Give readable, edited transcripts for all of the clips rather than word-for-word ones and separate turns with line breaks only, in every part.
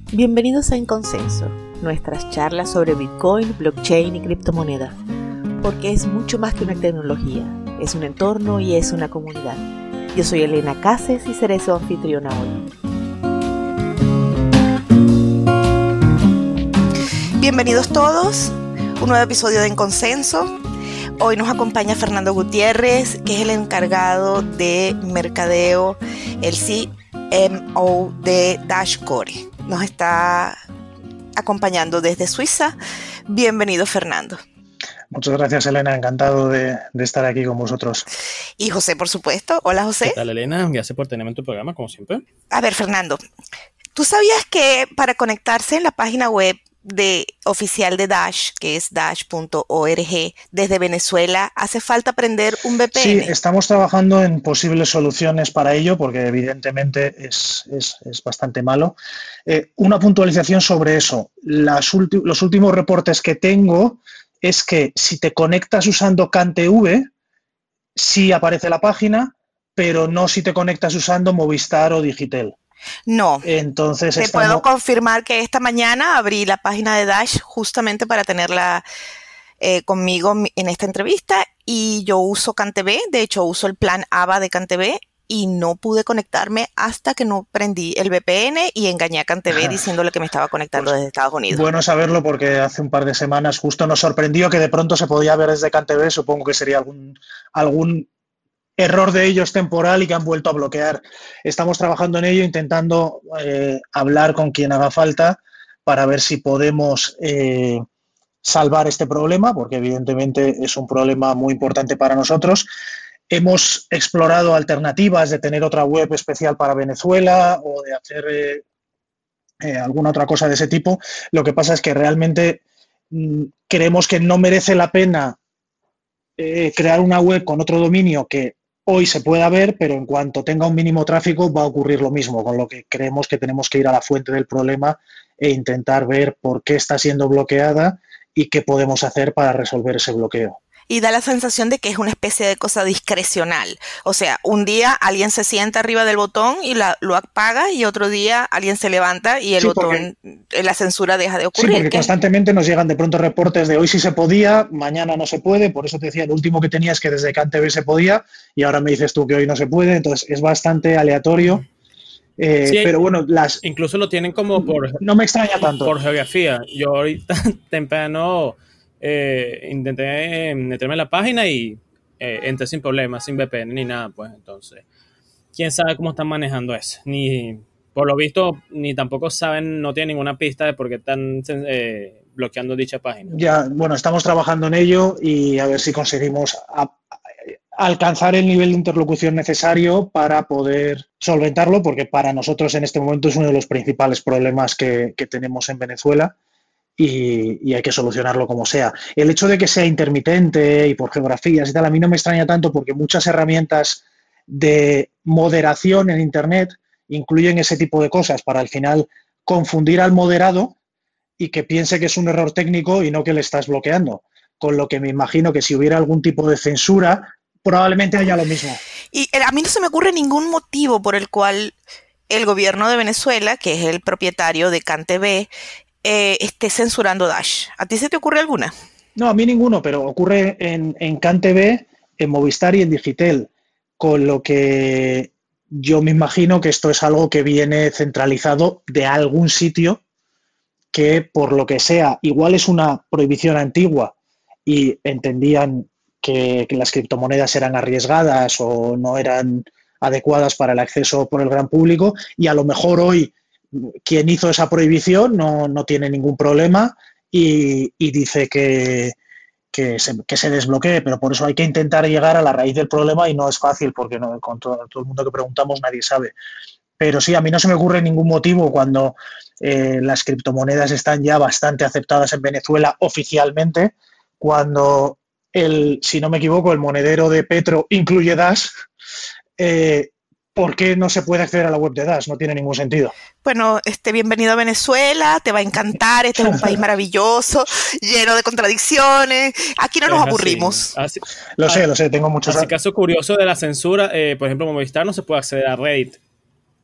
Bienvenidos a En Consenso, nuestras charlas sobre Bitcoin, blockchain y criptomonedas, porque es mucho más que una tecnología, es un entorno y es una comunidad. Yo soy Elena Cases y seré su anfitriona hoy. Bienvenidos todos, un nuevo episodio de En Consenso. Hoy nos acompaña Fernando Gutiérrez, que es el encargado de mercadeo, el CMO de Dashcore. Nos está acompañando desde Suiza. Bienvenido, Fernando.
Muchas gracias, Elena. Encantado de estar aquí con vosotros.
Y José, por supuesto. Hola, José.
¿Qué tal, Elena? Gracias por tenerme en tu programa, como siempre.
A ver, Fernando, ¿tú sabías que para conectarse en la página web oficial de Dash, que es dash.org, desde Venezuela, hace falta prender un VPN?
Sí, estamos trabajando en posibles soluciones para ello, porque evidentemente es bastante malo. Una puntualización sobre eso. Los últimos reportes que tengo es que si te conectas usando CanTV, sí aparece la página, pero no si te conectas usando Movistar o Digitel.
No,
entonces
te puedo confirmar que esta mañana abrí la página de Dash justamente para tenerla conmigo en esta entrevista, y yo uso CanTV, de hecho uso el plan AVA de CanTV y no pude conectarme hasta que no prendí el VPN y engañé a CanTV diciéndole que me estaba conectando desde Estados Unidos.
Bueno saberlo, porque hace un par de semanas justo nos sorprendió que de pronto se podía ver desde CanTV. Supongo que sería algún error de ellos temporal y que han vuelto a bloquear. Estamos trabajando en ello, intentando hablar con quien haga falta para ver si podemos salvar este problema, porque evidentemente es un problema muy importante para nosotros. Hemos explorado alternativas de tener otra web especial para Venezuela o de hacer alguna otra cosa de ese tipo. Lo que pasa es que realmente creemos que no merece la pena crear una web con otro dominio que hoy se pueda ver, pero en cuanto tenga un mínimo tráfico va a ocurrir lo mismo, con lo que creemos que tenemos que ir a la fuente del problema e intentar ver por qué está siendo bloqueada y qué podemos hacer para resolver ese bloqueo.
Y da la sensación de que es una especie de cosa discrecional. O sea, un día alguien se sienta arriba del botón y lo apaga, y otro día alguien se levanta y el botón, la censura deja de ocurrir.
Sí, porque constantemente nos llegan de pronto reportes de hoy sí se podía, mañana no se puede. Por eso te decía, el último que tenía es que desde CanTV se podía y ahora me dices tú que hoy no se puede. Entonces es bastante aleatorio.
Sí,
pero bueno,
incluso lo tienen como por...
No me extraña tanto.
Por geografía. Yo ahorita temprano intenté meterme en la página y entré sin problemas, sin VPN ni nada, pues entonces quién sabe cómo están manejando eso. Ni por lo visto ni tampoco saben, no tienen ninguna pista de por qué están bloqueando dicha página.
Ya, bueno, estamos trabajando en ello y a ver si conseguimos alcanzar el nivel de interlocución necesario para poder solventarlo, porque para nosotros en este momento es uno de los principales problemas que tenemos en Venezuela. Y hay que solucionarlo como sea. El hecho de que sea intermitente y por geografías y tal, a mí no me extraña tanto, porque muchas herramientas de moderación en Internet incluyen ese tipo de cosas para al final confundir al moderado y que piense que es un error técnico y no que le estás bloqueando. Con lo que me imagino que si hubiera algún tipo de censura, probablemente haya lo mismo.
Y a mí no se me ocurre ningún motivo por el cual el gobierno de Venezuela, que es el propietario de CanTV, esté censurando Dash. ¿A ti se te ocurre alguna?
No, a mí ninguno, pero ocurre en CanTV, en Movistar y en Digitel, con lo que yo me imagino que esto es algo que viene centralizado de algún sitio que, por lo que sea, igual es una prohibición antigua y entendían que las criptomonedas eran arriesgadas o no eran adecuadas para el acceso por el gran público, y a lo mejor hoy quien hizo esa prohibición no tiene ningún problema y dice que se desbloquee, pero por eso hay que intentar llegar a la raíz del problema y no es fácil, porque con todo el mundo que preguntamos nadie sabe. Pero sí, a mí no se me ocurre ningún motivo cuando las criptomonedas están ya bastante aceptadas en Venezuela oficialmente, cuando si no me equivoco, el monedero de Petro incluye Dash. ¿Por qué no se puede acceder a la web de Dash? No tiene ningún sentido.
Bueno, bienvenido a Venezuela, te va a encantar, este es un país maravilloso, lleno de contradicciones, aquí no nos aburrimos.
Lo sé, tengo muchos...
Así, caso curioso de la censura, por ejemplo, Movistar no se puede acceder a Reddit.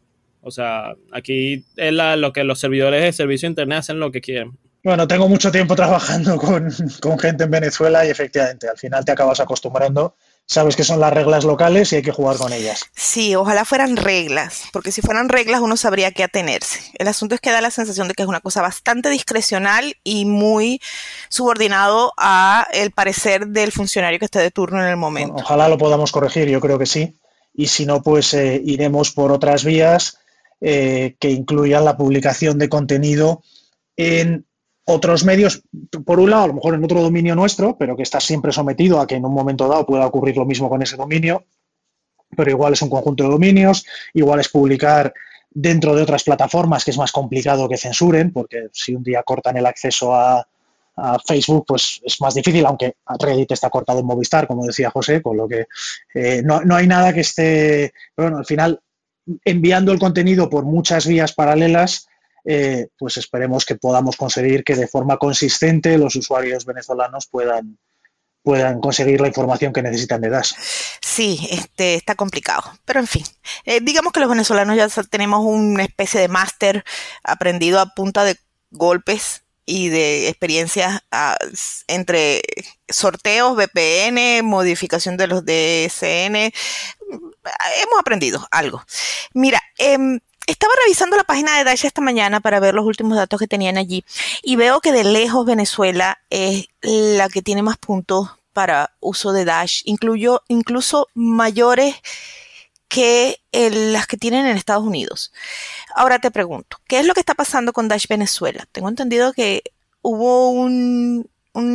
O sea, aquí es lo que los servidores de servicio de internet hacen lo que quieren.
Bueno, tengo mucho tiempo trabajando con gente en Venezuela y efectivamente al final te acabas acostumbrando, sabes que son las reglas locales y hay que jugar con ellas.
Sí, ojalá fueran reglas, porque si fueran reglas uno sabría a qué atenerse. El asunto es que da la sensación de que es una cosa bastante discrecional y muy subordinado a el parecer del funcionario que esté de turno en el momento.
Bueno, ojalá lo podamos corregir, yo creo que sí. Y si no, pues iremos por otras vías que incluyan la publicación de contenido en otros medios, por un lado, a lo mejor en otro dominio nuestro, pero que está siempre sometido a que en un momento dado pueda ocurrir lo mismo con ese dominio, pero igual es un conjunto de dominios, igual es publicar dentro de otras plataformas, que es más complicado que censuren, porque si un día cortan el acceso a Facebook, pues es más difícil, aunque Reddit está cortado en Movistar, como decía José, con lo que no hay nada que esté, bueno, al final, enviando el contenido por muchas vías paralelas, pues esperemos que podamos conseguir que de forma consistente los usuarios venezolanos puedan conseguir la información que necesitan de DAS.
Sí, está complicado, pero en fin, digamos que los venezolanos ya tenemos una especie de máster aprendido a punta de golpes y de experiencias entre sorteos, VPN, modificación de los DSN. Hemos aprendido algo. Mira, estaba revisando la página de Daesh esta mañana para ver los últimos datos que tenían allí y veo que de lejos Venezuela es la que tiene más puntos para uso de Daesh, incluso mayores que las que tienen en Estados Unidos. Ahora te pregunto, ¿qué es lo que está pasando con Daesh Venezuela? Tengo entendido que hubo un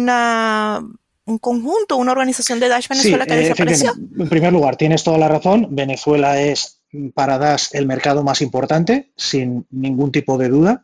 conjunto, una organización de Daesh Venezuela que desapareció.
En primer lugar, tienes toda la razón. Venezuela es para Daesh el mercado más importante, sin ningún tipo de duda.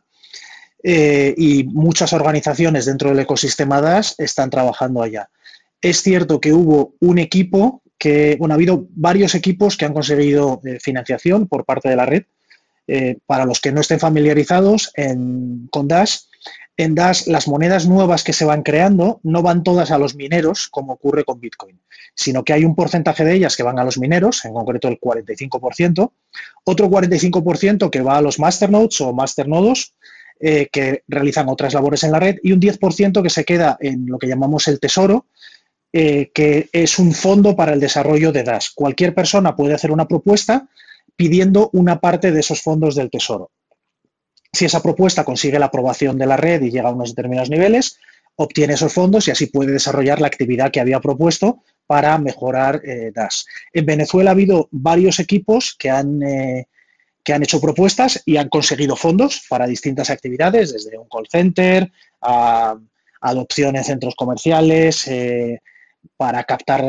Y muchas organizaciones dentro del ecosistema Daesh están trabajando allá. Es cierto que hubo un equipo ha habido varios equipos que han conseguido financiación por parte de la red. Para los que no estén familiarizados con Daesh, en Daesh las monedas nuevas que se van creando no van todas a los mineros, como ocurre con Bitcoin, sino que hay un porcentaje de ellas que van a los mineros, en concreto el 45%, otro 45% que va a los masternodes o masternodos, que realizan otras labores en la red, y un 10% que se queda en lo que llamamos el tesoro, que es un fondo para el desarrollo de Daesh. Cualquier persona puede hacer una propuesta pidiendo una parte de esos fondos del tesoro. Si esa propuesta consigue la aprobación de la red y llega a unos determinados niveles, obtiene esos fondos y así puede desarrollar la actividad que había propuesto para mejorar Daesh. En Venezuela ha habido varios equipos que han hecho propuestas y han conseguido fondos para distintas actividades, desde un call center a adopción en centros comerciales, para captar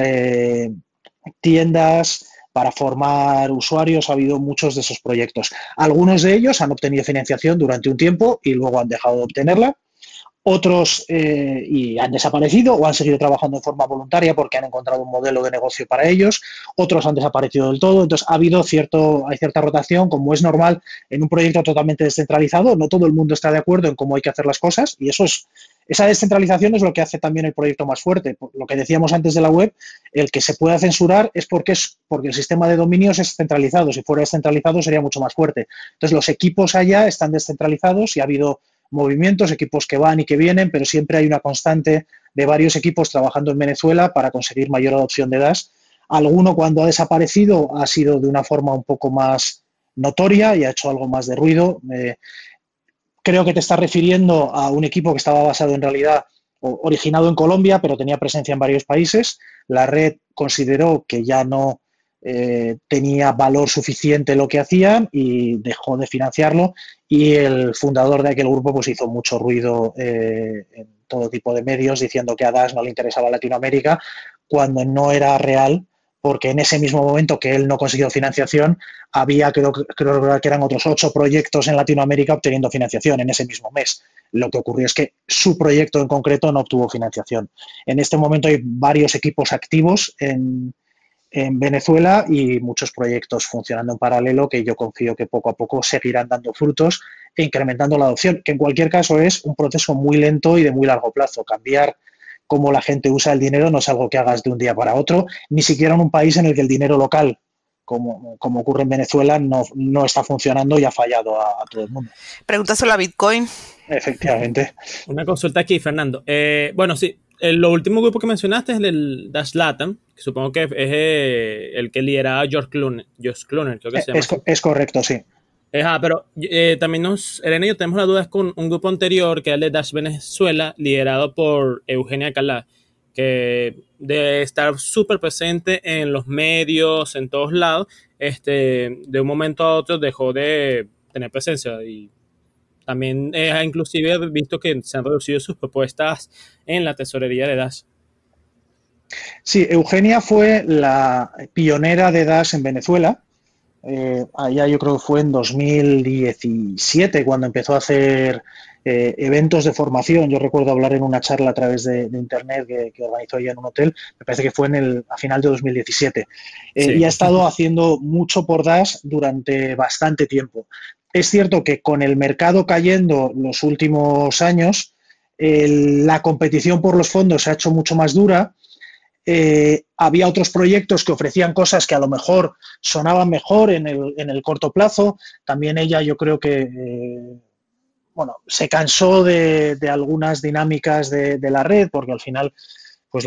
tiendas, para formar usuarios. Ha habido muchos de esos proyectos. Algunos de ellos han obtenido financiación durante un tiempo y luego han dejado de obtenerla. Otros y han desaparecido o han seguido trabajando de forma voluntaria porque han encontrado un modelo de negocio para ellos. Otros han desaparecido del todo. Entonces ha habido hay cierta rotación, como es normal en un proyecto totalmente descentralizado. No todo el mundo está de acuerdo en cómo hay que hacer las cosas y esa descentralización es lo que hace también el proyecto más fuerte. Lo que decíamos antes de la web, el que se pueda censurar es porque el sistema de dominios es centralizado. Si fuera descentralizado sería mucho más fuerte. Entonces los equipos allá están descentralizados y ha habido movimientos, equipos que van y que vienen, pero siempre hay una constante de varios equipos trabajando en Venezuela para conseguir mayor adopción de Daesh. Alguno, cuando ha desaparecido, ha sido de una forma un poco más notoria y ha hecho algo más de ruido. Creo que te estás refiriendo a un equipo que estaba basado en realidad, originado en Colombia, pero tenía presencia en varios países. La red consideró que ya no tenía valor suficiente lo que hacían y dejó de financiarlo, y el fundador de aquel grupo pues hizo mucho ruido en todo tipo de medios diciendo que a Daesh no le interesaba Latinoamérica, cuando no era real, porque en ese mismo momento que él no consiguió financiación había, creo que eran otros 8 proyectos en Latinoamérica obteniendo financiación en ese mismo mes. Lo que ocurrió es que su proyecto en concreto no obtuvo financiación. En este momento hay varios equipos activos en Venezuela y muchos proyectos funcionando en paralelo que yo confío que poco a poco seguirán dando frutos e incrementando la adopción, que en cualquier caso es un proceso muy lento y de muy largo plazo. Cambiar cómo la gente usa el dinero no es algo que hagas de un día para otro, ni siquiera en un país en el que el dinero local, como ocurre en Venezuela, no está funcionando y ha fallado a todo el mundo.
Pregúntaselo a Bitcoin.
Efectivamente.
Una consulta aquí, Fernando. Bueno, sí, lo último grupo que mencionaste es el Dash Latam, que supongo que es el que lideraba George Clooney, creo que se llama.
Es correcto, sí.
Pero también Elena y yo tenemos la duda con un grupo anterior, que es el de Dash Venezuela, liderado por Eugenia Calá, que de estar súper presente en los medios, en todos lados, de un momento a otro dejó de tener presencia y también inclusive he visto que se han reducido sus propuestas en la tesorería de Dash.
Sí, Eugenia fue la pionera de Dash en Venezuela. Allá yo creo que fue en 2017 cuando empezó a hacer eventos de formación. Yo recuerdo hablar en una charla a través de internet que organizó ella en un hotel, me parece que fue a final de 2017. Sí. Y ha estado haciendo mucho por Dash durante bastante tiempo. Es cierto que con el mercado cayendo los últimos años, la competición por los fondos se ha hecho mucho más dura. Había otros proyectos que ofrecían cosas que a lo mejor sonaban mejor en el corto plazo. También ella, yo creo que se cansó de algunas dinámicas de la red, porque al final pues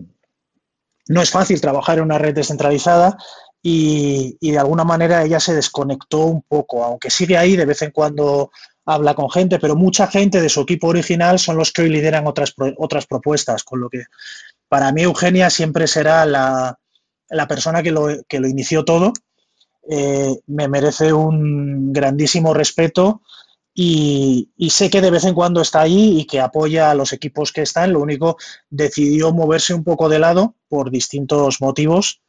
no es fácil trabajar en una red descentralizada y de alguna manera ella se desconectó un poco, aunque sigue ahí, de vez en cuando habla con gente, pero mucha gente de su equipo original son los que hoy lideran otras propuestas, con lo que para mí Eugenia siempre será la persona que lo inició todo. Me merece un grandísimo respeto y sé que de vez en cuando está ahí y que apoya a los equipos que están. Lo único, decidió moverse un poco de lado por distintos motivos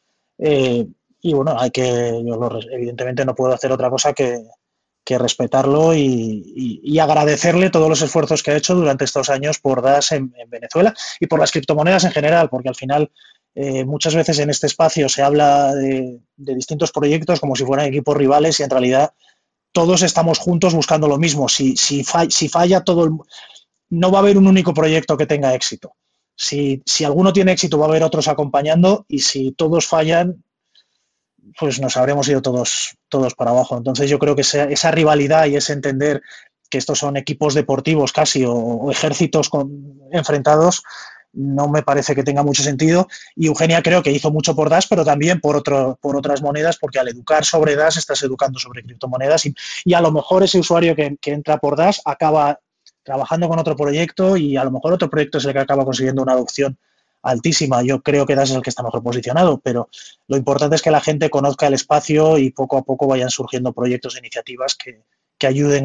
y bueno, evidentemente no puedo hacer otra cosa que respetarlo y agradecerle todos los esfuerzos que ha hecho durante estos años por Dash en Venezuela y por las criptomonedas en general, porque al final muchas veces en este espacio se habla de distintos proyectos como si fueran equipos rivales y en realidad todos estamos juntos buscando lo mismo. Si falla no va a haber un único proyecto que tenga éxito. Si alguno tiene éxito va a haber otros acompañando y si todos fallan pues nos habremos ido todos para abajo. Entonces yo creo que esa rivalidad y ese entender que estos son equipos deportivos casi o ejércitos enfrentados no me parece que tenga mucho sentido. Y Eugenia creo que hizo mucho por Dash, pero también por otras monedas, porque al educar sobre Dash estás educando sobre criptomonedas y a lo mejor ese usuario que entra por Dash acaba trabajando con otro proyecto y a lo mejor otro proyecto es el que acaba consiguiendo una adopción altísima. Yo creo que Dash es el que está mejor posicionado, pero lo importante es que la gente conozca el espacio y poco a poco vayan surgiendo proyectos e iniciativas que ayuden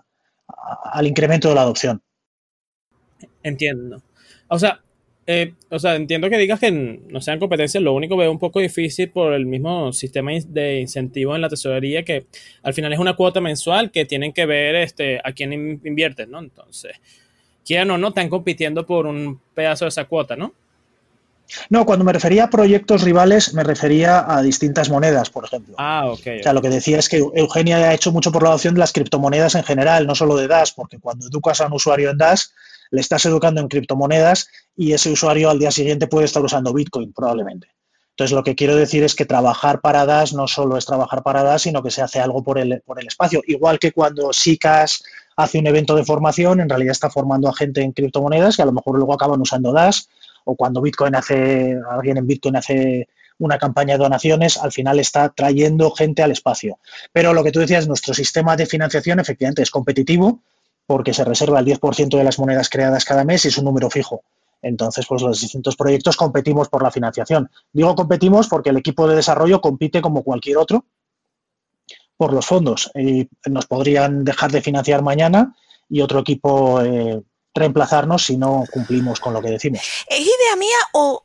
al incremento de la adopción.
Entiendo. O sea, entiendo que digas que no sean competencias, lo único que veo un poco difícil por el mismo sistema de incentivos en la tesorería, que al final es una cuota mensual que tienen que ver a quién invierten, ¿no? Entonces, quieran o no, están compitiendo por un pedazo de esa cuota, ¿no?
No, cuando me refería a proyectos rivales, me refería a distintas monedas, por ejemplo.
Ok.
O sea, lo que decía es que Eugenia ha hecho mucho por la adopción de las criptomonedas en general, no solo de Dash, porque cuando educas a un usuario en Dash, le estás educando en criptomonedas y ese usuario al día siguiente puede estar usando Bitcoin, probablemente. Entonces, lo que quiero decir es que trabajar para Dash no solo es trabajar para Dash, sino que se hace algo por el espacio. Igual que cuando SICAS hace un evento de formación, en realidad está formando a gente en criptomonedas que a lo mejor luego acaban usando Dash, o cuando alguien en Bitcoin hace una campaña de donaciones, al final está trayendo gente al espacio. Pero lo que tú decías, nuestro sistema de financiación efectivamente es competitivo porque se reserva el 10% de las monedas creadas cada mes y es un número fijo. Entonces, pues los distintos proyectos competimos por la financiación. Digo competimos porque el equipo de desarrollo compite como cualquier otro por los fondos. Y nos podrían dejar de financiar mañana y otro equipo reemplazarnos si no cumplimos con lo que decimos.
¿Es idea mía o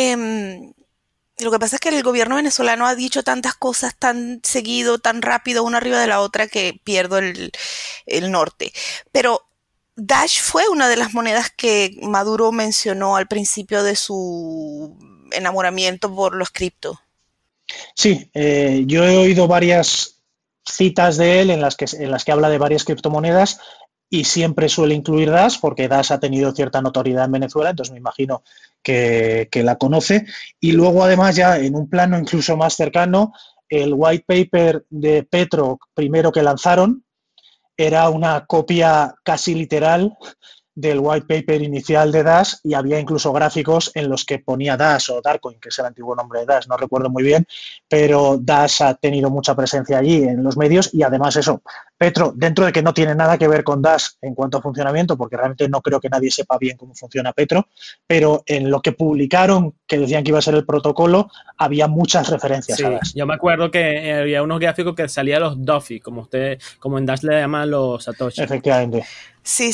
lo que pasa es que el gobierno venezolano ha dicho tantas cosas tan seguido, tan rápido, una arriba de la otra, que pierdo el norte? Pero Dash fue una de las monedas que Maduro mencionó al principio de su enamoramiento por los cripto.
Sí, yo he oído varias citas de él en las que habla de varias criptomonedas y siempre suele incluir Dash porque Dash ha tenido cierta notoriedad en Venezuela, entonces me imagino que la conoce. Y luego, además, ya en un plano incluso más cercano, el white paper de Petro primero que lanzaron era una copia casi literal del white paper inicial de Dash, y había incluso gráficos en los que ponía Dash o Darkcoin, que es el antiguo nombre de Dash, no recuerdo muy bien, pero Dash ha tenido mucha presencia allí en los medios. Y además eso, Petro, dentro de que no tiene nada que ver con Dash en cuanto a funcionamiento, porque realmente no creo que nadie sepa bien cómo funciona Petro, pero en lo que publicaron, que decían que iba a ser el protocolo, había muchas referencias a Dash.
Yo me acuerdo que había unos gráficos que salían los Duffy, como en Dash le llaman los Satoshi.
Efectivamente.
Sí.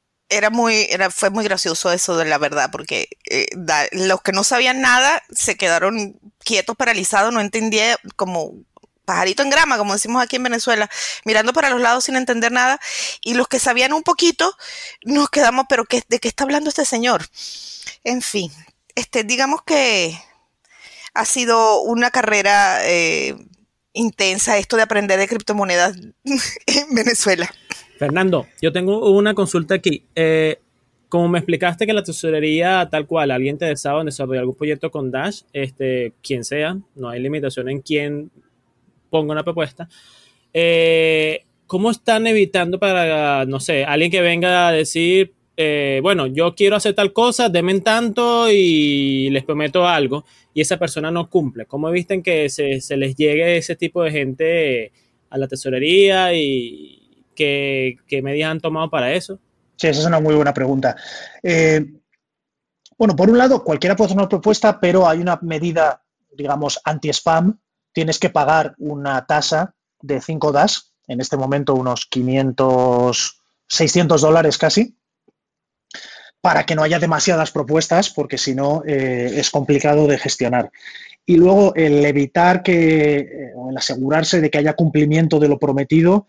Fue muy gracioso eso, de la verdad, porque los que no sabían nada se quedaron quietos, paralizados, no entendía, como pajarito en grama, como decimos aquí en Venezuela, mirando para los lados sin entender nada, y los que sabían un poquito nos quedamos, pero ¿de qué está hablando este señor? En fin, digamos que ha sido una carrera intensa esto de aprender de criptomonedas en Venezuela.
Fernando, yo tengo una consulta aquí. Como me explicaste que la tesorería tal cual, alguien interesado en desarrollar algún proyecto con Dash, quien sea, no hay limitación en quién ponga una propuesta. ¿Cómo están evitando para, no sé, alguien que venga a decir, bueno, yo quiero hacer tal cosa, denme tanto y les prometo algo, y esa persona no cumple? ¿Cómo eviten que se les llegue ese tipo de gente a la tesorería y qué medidas han tomado para eso?
Sí, esa es una muy buena pregunta. Bueno, por un lado, cualquiera puede hacer una propuesta, pero hay una medida, digamos, anti-spam. Tienes que pagar una tasa de 5 Dash, en este momento unos 500, $600 casi, para que no haya demasiadas propuestas, porque si no es complicado de gestionar. Y luego el evitar o el asegurarse de que haya cumplimiento de lo prometido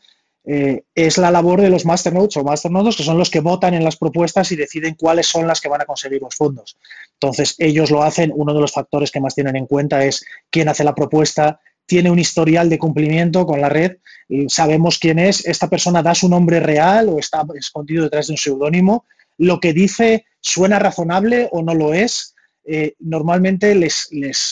es la labor de los masternodes o masternodos, que son los que votan en las propuestas y deciden cuáles son las que van a conseguir los fondos. Entonces, ellos lo hacen. Uno de los factores que más tienen en cuenta es quién hace la propuesta, tiene un historial de cumplimiento con la red, sabemos quién es, esta persona da su nombre real o está escondido detrás de un seudónimo, lo que dice suena razonable o no lo es. Normalmente les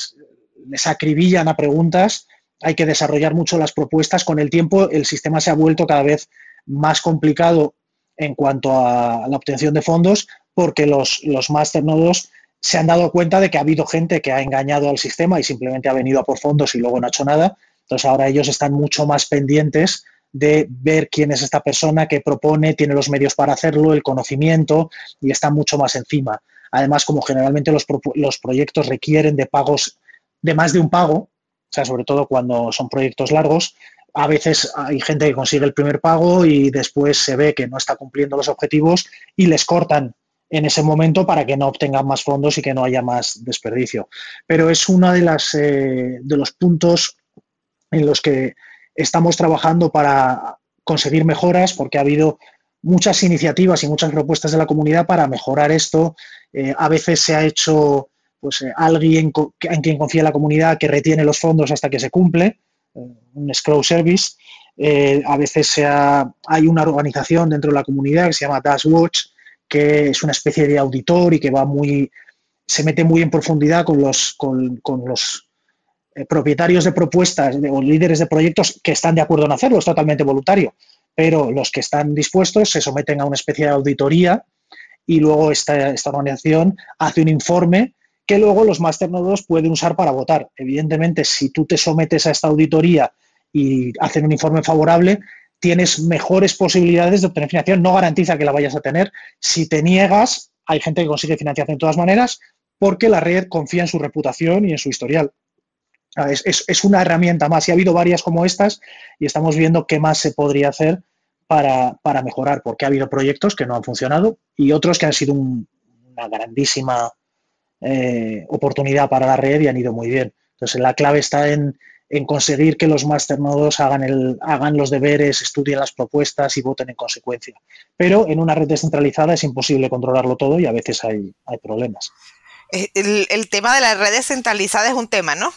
acribillan a preguntas. Hay que desarrollar mucho las propuestas. Con el tiempo, el sistema se ha vuelto cada vez más complicado en cuanto a la obtención de fondos, porque los masternodos se han dado cuenta de que ha habido gente que ha engañado al sistema y simplemente ha venido a por fondos y luego no ha hecho nada. Entonces, ahora ellos están mucho más pendientes de ver quién es esta persona, qué propone, tiene los medios para hacerlo, el conocimiento, y están mucho más encima. Además, como generalmente los proyectos requieren de pagos, de más de un pago, o sea, sobre todo cuando son proyectos largos, a veces hay gente que consigue el primer pago y después se ve que no está cumpliendo los objetivos y les cortan en ese momento para que no obtengan más fondos y que no haya más desperdicio. Pero es uno de los puntos en los que estamos trabajando para conseguir mejoras, porque ha habido muchas iniciativas y muchas propuestas de la comunidad para mejorar esto. A veces se ha hecho alguien en quien confía la comunidad que retiene los fondos hasta que se cumple, un escrow service. A veces hay una organización dentro de la comunidad que se llama Dash Watch, que es una especie de auditor y que se mete muy en profundidad con los propietarios de propuestas o líderes de proyectos que están de acuerdo en hacerlo. Es totalmente voluntario, pero los que están dispuestos se someten a una especie de auditoría y luego esta organización hace un informe que luego los masternodos pueden usar para votar. Evidentemente, si tú te sometes a esta auditoría y hacen un informe favorable, tienes mejores posibilidades de obtener financiación. No garantiza que la vayas a tener. Si te niegas, hay gente que consigue financiación de todas maneras porque la red confía en su reputación y en su historial. Es una herramienta más, y ha habido varias como estas y estamos viendo qué más se podría hacer para mejorar, porque ha habido proyectos que no han funcionado y otros que han sido una grandísima oportunidad para la red y han ido muy bien. Entonces, la clave está en conseguir que los masternodos hagan los deberes, estudien las propuestas y voten en consecuencia. Pero en una red descentralizada es imposible controlarlo todo y a veces hay problemas.
El tema de la red descentralizada es un tema, ¿no?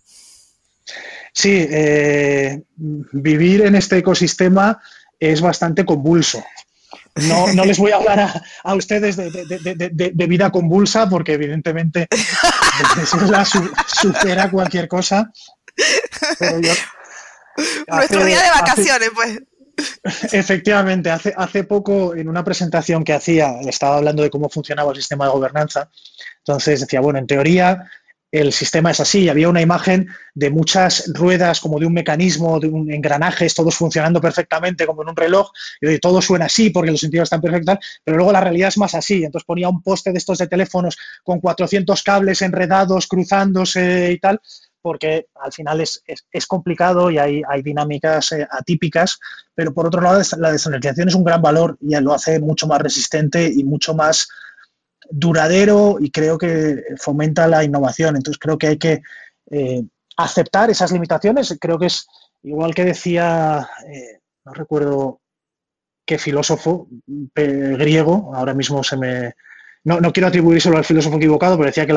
Sí, vivir en este ecosistema es bastante convulso. No les voy a hablar a ustedes de vida convulsa, porque evidentemente supera cualquier cosa, Pero yo,
Nuestro día de vacaciones, pues.
efectivamente, hace poco en una presentación que hacía, estaba hablando de cómo funcionaba el sistema de gobernanza. Entonces decía, bueno, en teoría el sistema es así. Había una imagen de muchas ruedas, como de un mecanismo, de un engranajes, todos funcionando perfectamente, como en un reloj, y todo suena así porque los sentidos están perfectos, pero luego la realidad es más así. Entonces ponía un poste de estos de teléfonos con 400 cables enredados, cruzándose y tal, porque al final es complicado y hay dinámicas atípicas, pero por otro lado la descentralización es un gran valor y lo hace mucho más resistente y mucho más duradero, y creo que fomenta la innovación. Entonces creo que hay que aceptar esas limitaciones. Creo que es igual que decía, no recuerdo qué filósofo griego, ahora mismo no quiero atribuírselo al filósofo equivocado, pero decía que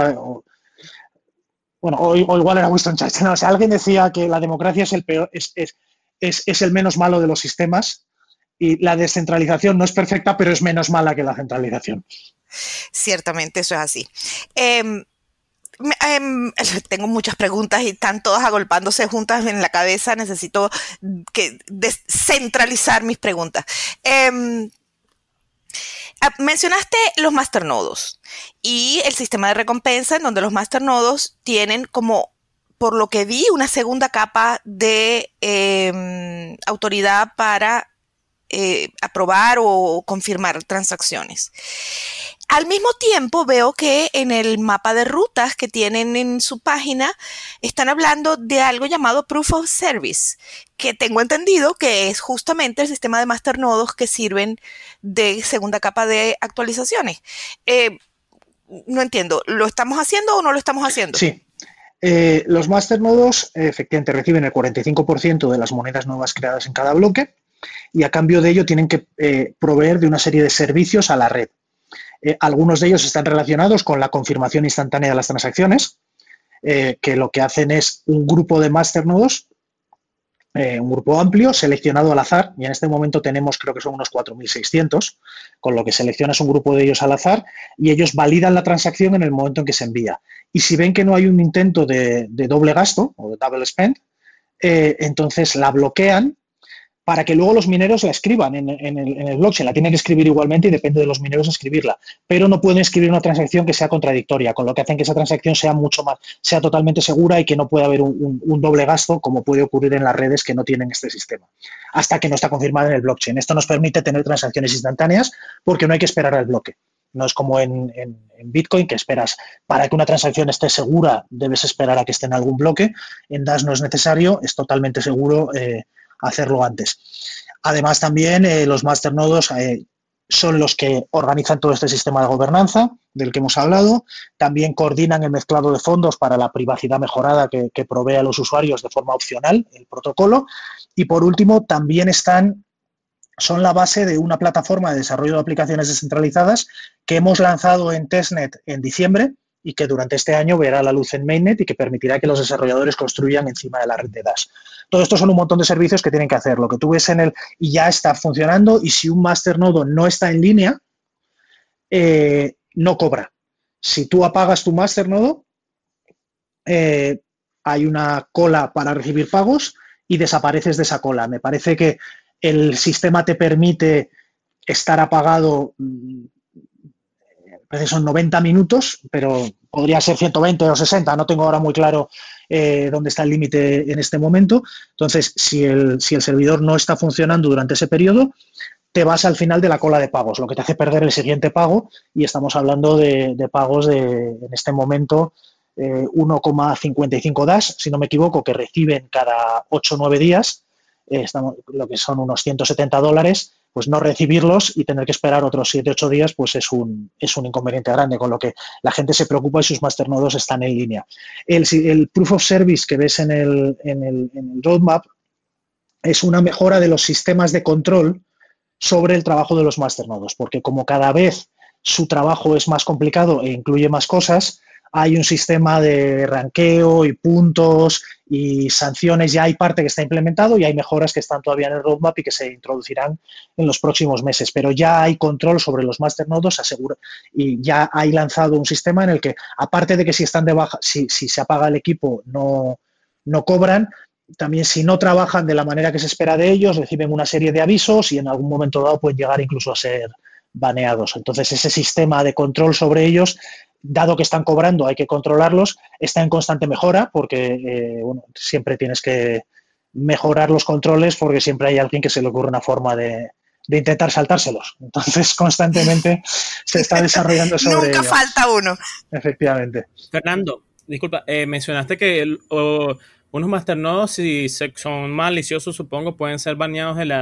o igual era Winston Churchill, no, o sea, alguien decía que la democracia es el peor, es el menos malo de los sistemas, y la descentralización no es perfecta, pero es menos mala que la centralización.
Ciertamente, eso es así. Tengo muchas preguntas y están todas agolpándose juntas en la cabeza. Necesito descentralizar mis preguntas. Mencionaste los masternodos y el sistema de recompensa, en donde los masternodos tienen como, por lo que vi, una segunda capa de autoridad para aprobar o confirmar transacciones. Al mismo tiempo veo que en el mapa de rutas que tienen en su página están hablando de algo llamado Proof of Service, que tengo entendido que es justamente el sistema de masternodos que sirven de segunda capa de actualizaciones. No entiendo, ¿lo estamos haciendo o no lo estamos haciendo?
Sí. Los masternodos efectivamente reciben el 45% de las monedas nuevas creadas en cada bloque, y a cambio de ello tienen que proveer de una serie de servicios a la red. Algunos de ellos están relacionados con la confirmación instantánea de las transacciones, que lo que hacen es un grupo de masternodos, un grupo amplio, seleccionado al azar, y en este momento tenemos, creo que son unos 4.600, con lo que seleccionas un grupo de ellos al azar y ellos validan la transacción en el momento en que se envía. Y si ven que no hay un intento de doble gasto o de double spend, entonces la bloquean para que luego los mineros la escriban en el blockchain. La tienen que escribir igualmente y depende de los mineros escribirla, pero no pueden escribir una transacción que sea contradictoria, con lo que hacen que esa transacción sea totalmente segura y que no pueda haber un doble gasto, como puede ocurrir en las redes que no tienen este sistema, hasta que no está confirmado en el blockchain. Esto nos permite tener transacciones instantáneas porque no hay que esperar al bloque. No es como en Bitcoin, que esperas para que una transacción esté segura, debes esperar a que esté en algún bloque. En Dash no es necesario, es totalmente seguro hacerlo antes. Además, también los masternodos son los que organizan todo este sistema de gobernanza del que hemos hablado. También coordinan el mezclado de fondos para la privacidad mejorada que provee a los usuarios de forma opcional el protocolo. Y por último, también son la base de una plataforma de desarrollo de aplicaciones descentralizadas que hemos lanzado en testnet en diciembre y que durante este año verá la luz en mainnet y que permitirá que los desarrolladores construyan encima de la red de Dash. Todo esto son un montón de servicios que tienen que hacer. Lo que tú ves y ya está funcionando, y si un masternodo no está en línea, no cobra. Si tú apagas tu masternodo, hay una cola para recibir pagos y desapareces de esa cola. Me parece que el sistema te permite estar apagado, son 90 minutos, pero podría ser 120 o 60, no tengo ahora muy claro dónde está el límite en este momento. Entonces, si el servidor no está funcionando durante ese periodo, te vas al final de la cola de pagos, lo que te hace perder el siguiente pago, y estamos hablando de pagos en este momento, 1,55 Dash, si no me equivoco, que reciben cada 8 o 9 días, lo que son unos $170, pues no recibirlos y tener que esperar otros 7 o 8 días, pues es un inconveniente grande, con lo que la gente se preocupa y sus masternodos están en línea. El Proof of Service que ves en el roadmap es una mejora de los sistemas de control sobre el trabajo de los masternodos, porque como cada vez su trabajo es más complicado e incluye más cosas, hay un sistema de ranqueo y puntos y sanciones. Ya hay parte que está implementado y hay mejoras que están todavía en el roadmap y que se introducirán en los próximos meses, pero ya hay control sobre los masternodos, y ya hay lanzado un sistema en el que, aparte de que si están de baja, si se apaga el equipo, no no cobran. También si no trabajan de la manera que se espera de ellos, reciben una serie de avisos y en algún momento dado pueden llegar incluso a ser baneados. Entonces ese sistema de control sobre ellos, dado que están cobrando, hay que controlarlos, está en constante mejora porque siempre tienes que mejorar los controles porque siempre hay alguien que se le ocurre una forma de intentar saltárselos. Entonces constantemente se está desarrollando sobre
Nunca
ellos.
Falta uno.
Efectivamente.
Fernando, disculpa, mencionaste que unos masternodes, si son maliciosos, supongo, pueden ser baneados de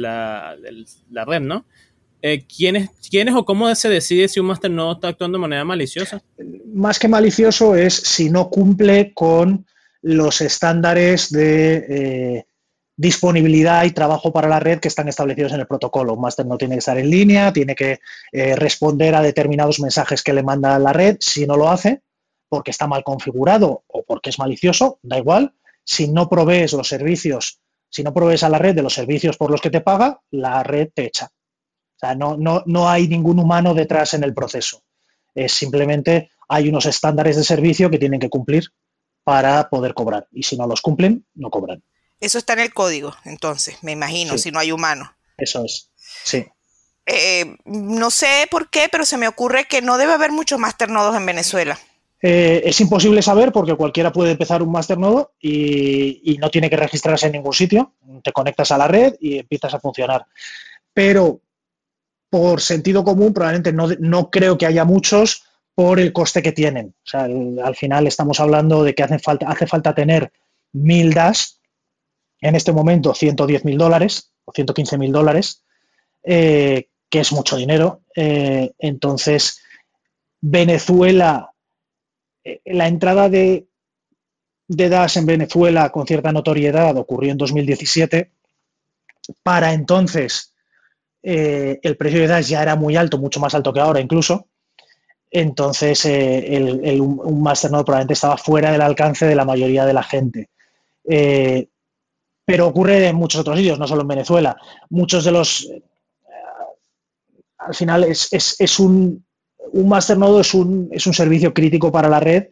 la red, ¿no? ¿Quiénes o cómo se decide si un masternode está actuando de manera maliciosa?
Más que malicioso es si no cumple con los estándares de disponibilidad y trabajo para la red que están establecidos en el protocolo. Un masternode tiene que estar en línea, tiene que responder a determinados mensajes que le manda la red. Si no lo hace, porque está mal configurado o porque es malicioso, da igual. Si no provees los servicios, si no provees a la red de los servicios por los que te paga, la red te echa. O sea, no hay ningún humano detrás en el proceso. Es simplemente hay unos estándares de servicio que tienen que cumplir para poder cobrar. Y si no los cumplen, no cobran.
Eso está en el código, entonces, me imagino,
Sí.
si no hay humanos.
Eso es, sí.
No sé por qué, pero se me ocurre que no debe haber muchos masternodos en Venezuela.
Es imposible saber porque cualquiera puede empezar un masternodo y no tiene que registrarse en ningún sitio. Te conectas a la red y empiezas a funcionar. Pero por sentido común probablemente no creo que haya muchos por el coste que tienen. O sea, al final estamos hablando de que hace falta tener 1000 DAS, en este momento $110.000 o $115.000, que es mucho dinero. Entonces, Venezuela, la entrada de DAS en Venezuela con cierta notoriedad ocurrió en 2017. Para entonces, el precio de DAS ya era muy alto, mucho más alto que ahora incluso. Entonces, un masternode probablemente estaba fuera del alcance de la mayoría de la gente. Pero ocurre en muchos otros sitios, no solo en Venezuela. Muchos de los... al final es un masternode es un servicio crítico para la red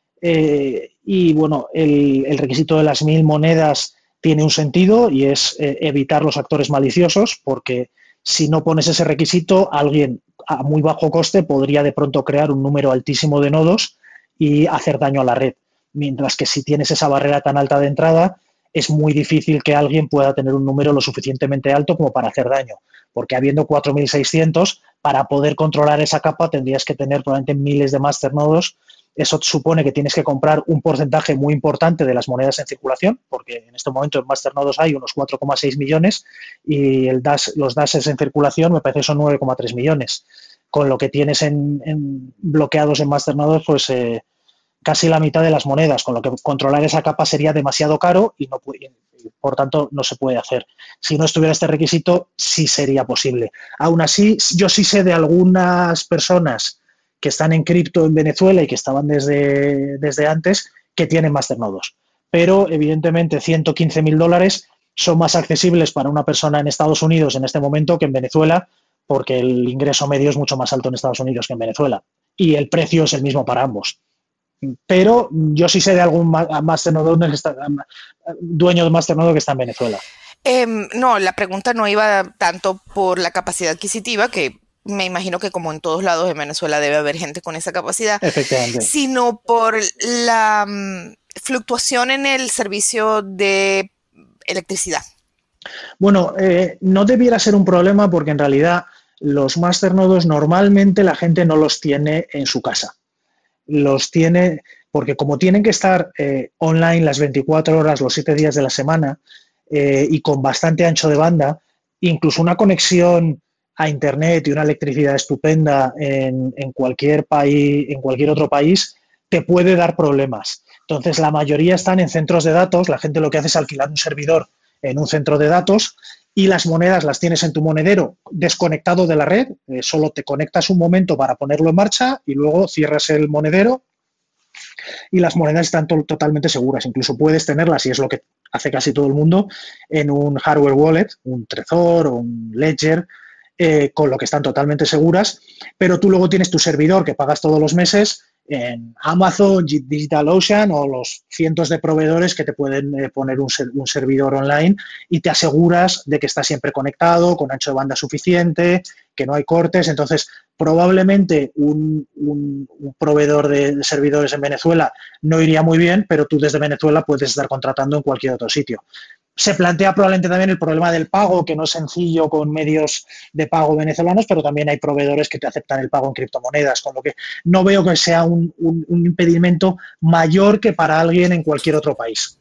y bueno, el requisito de las 1000 monedas tiene un sentido y es evitar los actores maliciosos, porque si no pones ese requisito, alguien a muy bajo coste podría de pronto crear un número altísimo de nodos y hacer daño a la red. Mientras que si tienes esa barrera tan alta de entrada, es muy difícil que alguien pueda tener un número lo suficientemente alto como para hacer daño, porque habiendo 4.600, para poder controlar esa capa tendrías que tener probablemente miles de masternodos. Eso supone que tienes que comprar un porcentaje muy importante de las monedas en circulación, porque en este momento en masternodos hay unos 4,6 millones y los DAS en circulación me parece que son 9,3 millones. Con lo que tienes en bloqueados en masternodos, pues casi la mitad de las monedas, con lo que controlar esa capa sería demasiado caro y por tanto no se puede hacer. Si no estuviera este requisito, sí sería posible. Aún así, yo sí sé de algunas personas que están en cripto en Venezuela y que estaban desde antes, que tienen masternodos. Pero evidentemente $115.000 son más accesibles para una persona en Estados Unidos en este momento que en Venezuela, porque el ingreso medio es mucho más alto en Estados Unidos que en Venezuela. Y el precio es el mismo para ambos. Pero yo sí sé de algún masternodo dueño de masternodo que está en Venezuela.
No, la pregunta no iba tanto por la capacidad adquisitiva, que me imagino que como en todos lados en Venezuela debe haber gente con esa capacidad, sino por la fluctuación en el servicio de electricidad.
Bueno, no debiera ser un problema porque en realidad los masternodos normalmente la gente no los tiene en su casa. Los tiene porque como tienen que estar online las 24 horas, los 7 días de la semana y con bastante ancho de banda, incluso una conexión a internet y una electricidad estupenda en cualquier país, en cualquier otro país, te puede dar problemas. Entonces, la mayoría están en centros de datos. La gente lo que hace es alquilar un servidor en un centro de datos y las monedas las tienes en tu monedero desconectado de la red. Solo te conectas un momento para ponerlo en marcha y luego cierras el monedero y las monedas están totalmente seguras. Incluso puedes tenerlas, y es lo que hace casi todo el mundo, en un hardware wallet, un Trezor o un Ledger, con lo que están totalmente seguras, pero tú luego tienes tu servidor que pagas todos los meses en Amazon, DigitalOcean o los cientos de proveedores que te pueden poner un servidor online y te aseguras de que está siempre conectado, con ancho de banda suficiente, que no hay cortes. Entonces, probablemente un proveedor de servidores en Venezuela no iría muy bien, pero tú desde Venezuela puedes estar contratando en cualquier otro sitio. Se plantea probablemente también el problema del pago, que no es sencillo con medios de pago venezolanos, pero también hay proveedores que te aceptan el pago en criptomonedas, con lo que no veo que sea un impedimento mayor que para alguien en cualquier otro país.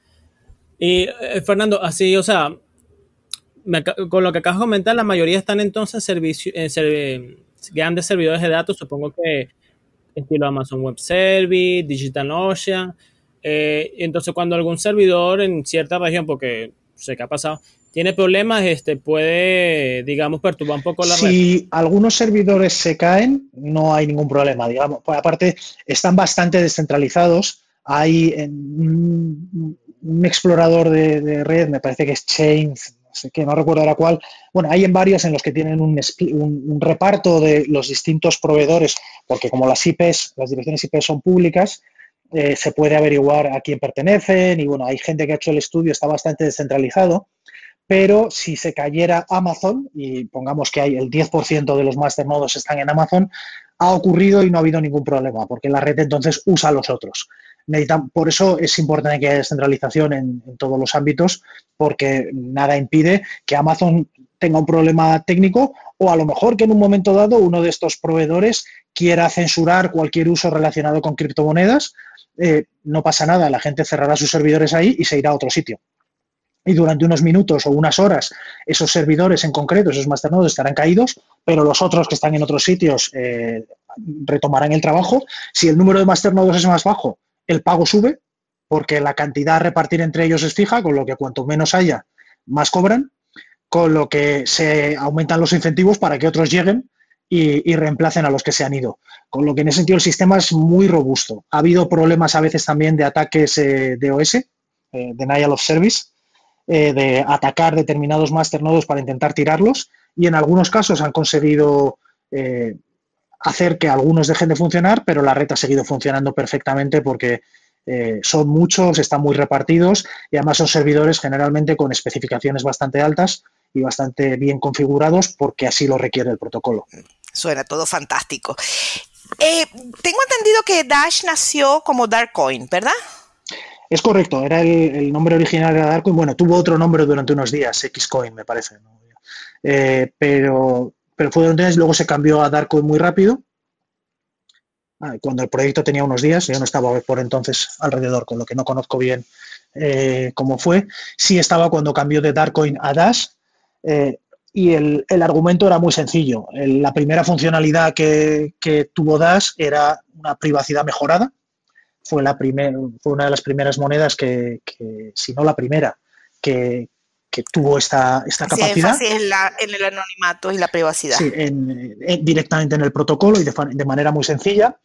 Y Fernando, así, o sea, con lo que acabas de comentar, la mayoría están entonces en grandes servidores de datos, supongo que estilo Amazon Web Service, DigitalOcean. Entonces, cuando algún servidor en cierta región, porque sé que ha pasado, tiene problemas, puede, digamos, perturbar un poco la red.
Si algunos servidores se caen, no hay ningún problema, digamos. Pues aparte, están bastante descentralizados. Hay un explorador de red, me parece que es Chains, no sé qué, no recuerdo ahora cuál. Bueno, hay en varios en los que tienen un reparto de los distintos proveedores, porque como las IPs, las direcciones IP son públicas, se puede averiguar a quién pertenecen y bueno, hay gente que ha hecho el estudio, está bastante descentralizado, pero si se cayera Amazon, y pongamos que hay el 10% de los masternodos están en Amazon, ha ocurrido y no ha habido ningún problema, porque la red entonces usa a los otros. Por eso es importante que haya descentralización en todos los ámbitos, porque nada impide que Amazon tenga un problema técnico o a lo mejor que en un momento dado uno de estos proveedores quiera censurar cualquier uso relacionado con criptomonedas. No pasa nada, la gente cerrará sus servidores ahí y se irá a otro sitio. Y durante unos minutos o unas horas esos servidores en concreto, esos masternodos estarán caídos, pero los otros que están en otros sitios retomarán el trabajo. Si el número de masternodos es más bajo, el pago sube, porque la cantidad a repartir entre ellos es fija, con lo que cuanto menos haya, más cobran, con lo que se aumentan los incentivos para que otros lleguen y reemplacen a los que se han ido. Con lo que en ese sentido el sistema es muy robusto. Ha habido problemas a veces también de ataques DOS, Denial of Service, de atacar determinados masternodos para intentar tirarlos, y en algunos casos han conseguido hacer que algunos dejen de funcionar, pero la red ha seguido funcionando perfectamente porque son muchos, están muy repartidos y además son servidores generalmente con especificaciones bastante altas y bastante bien configurados porque así lo requiere el protocolo.
Suena todo fantástico. Tengo entendido que Dash nació como Darkcoin, ¿verdad?
Es correcto, era el nombre original de Darkcoin. Bueno, tuvo otro nombre durante unos días, Xcoin me parece, ¿no? Pero fue durante días y luego se cambió a Darkcoin muy rápido. Cuando el proyecto tenía unos días, yo no estaba por entonces alrededor, con lo que no conozco bien cómo fue. Sí estaba cuando cambió de Darkcoin a Dash, y el argumento era muy sencillo. La primera funcionalidad que tuvo Dash era una privacidad mejorada. Fue una de las primeras monedas que si no la primera, que tuvo esta capacidad.
Sí, en el anonimato y la privacidad.
Sí, directamente en el protocolo y de manera muy sencilla.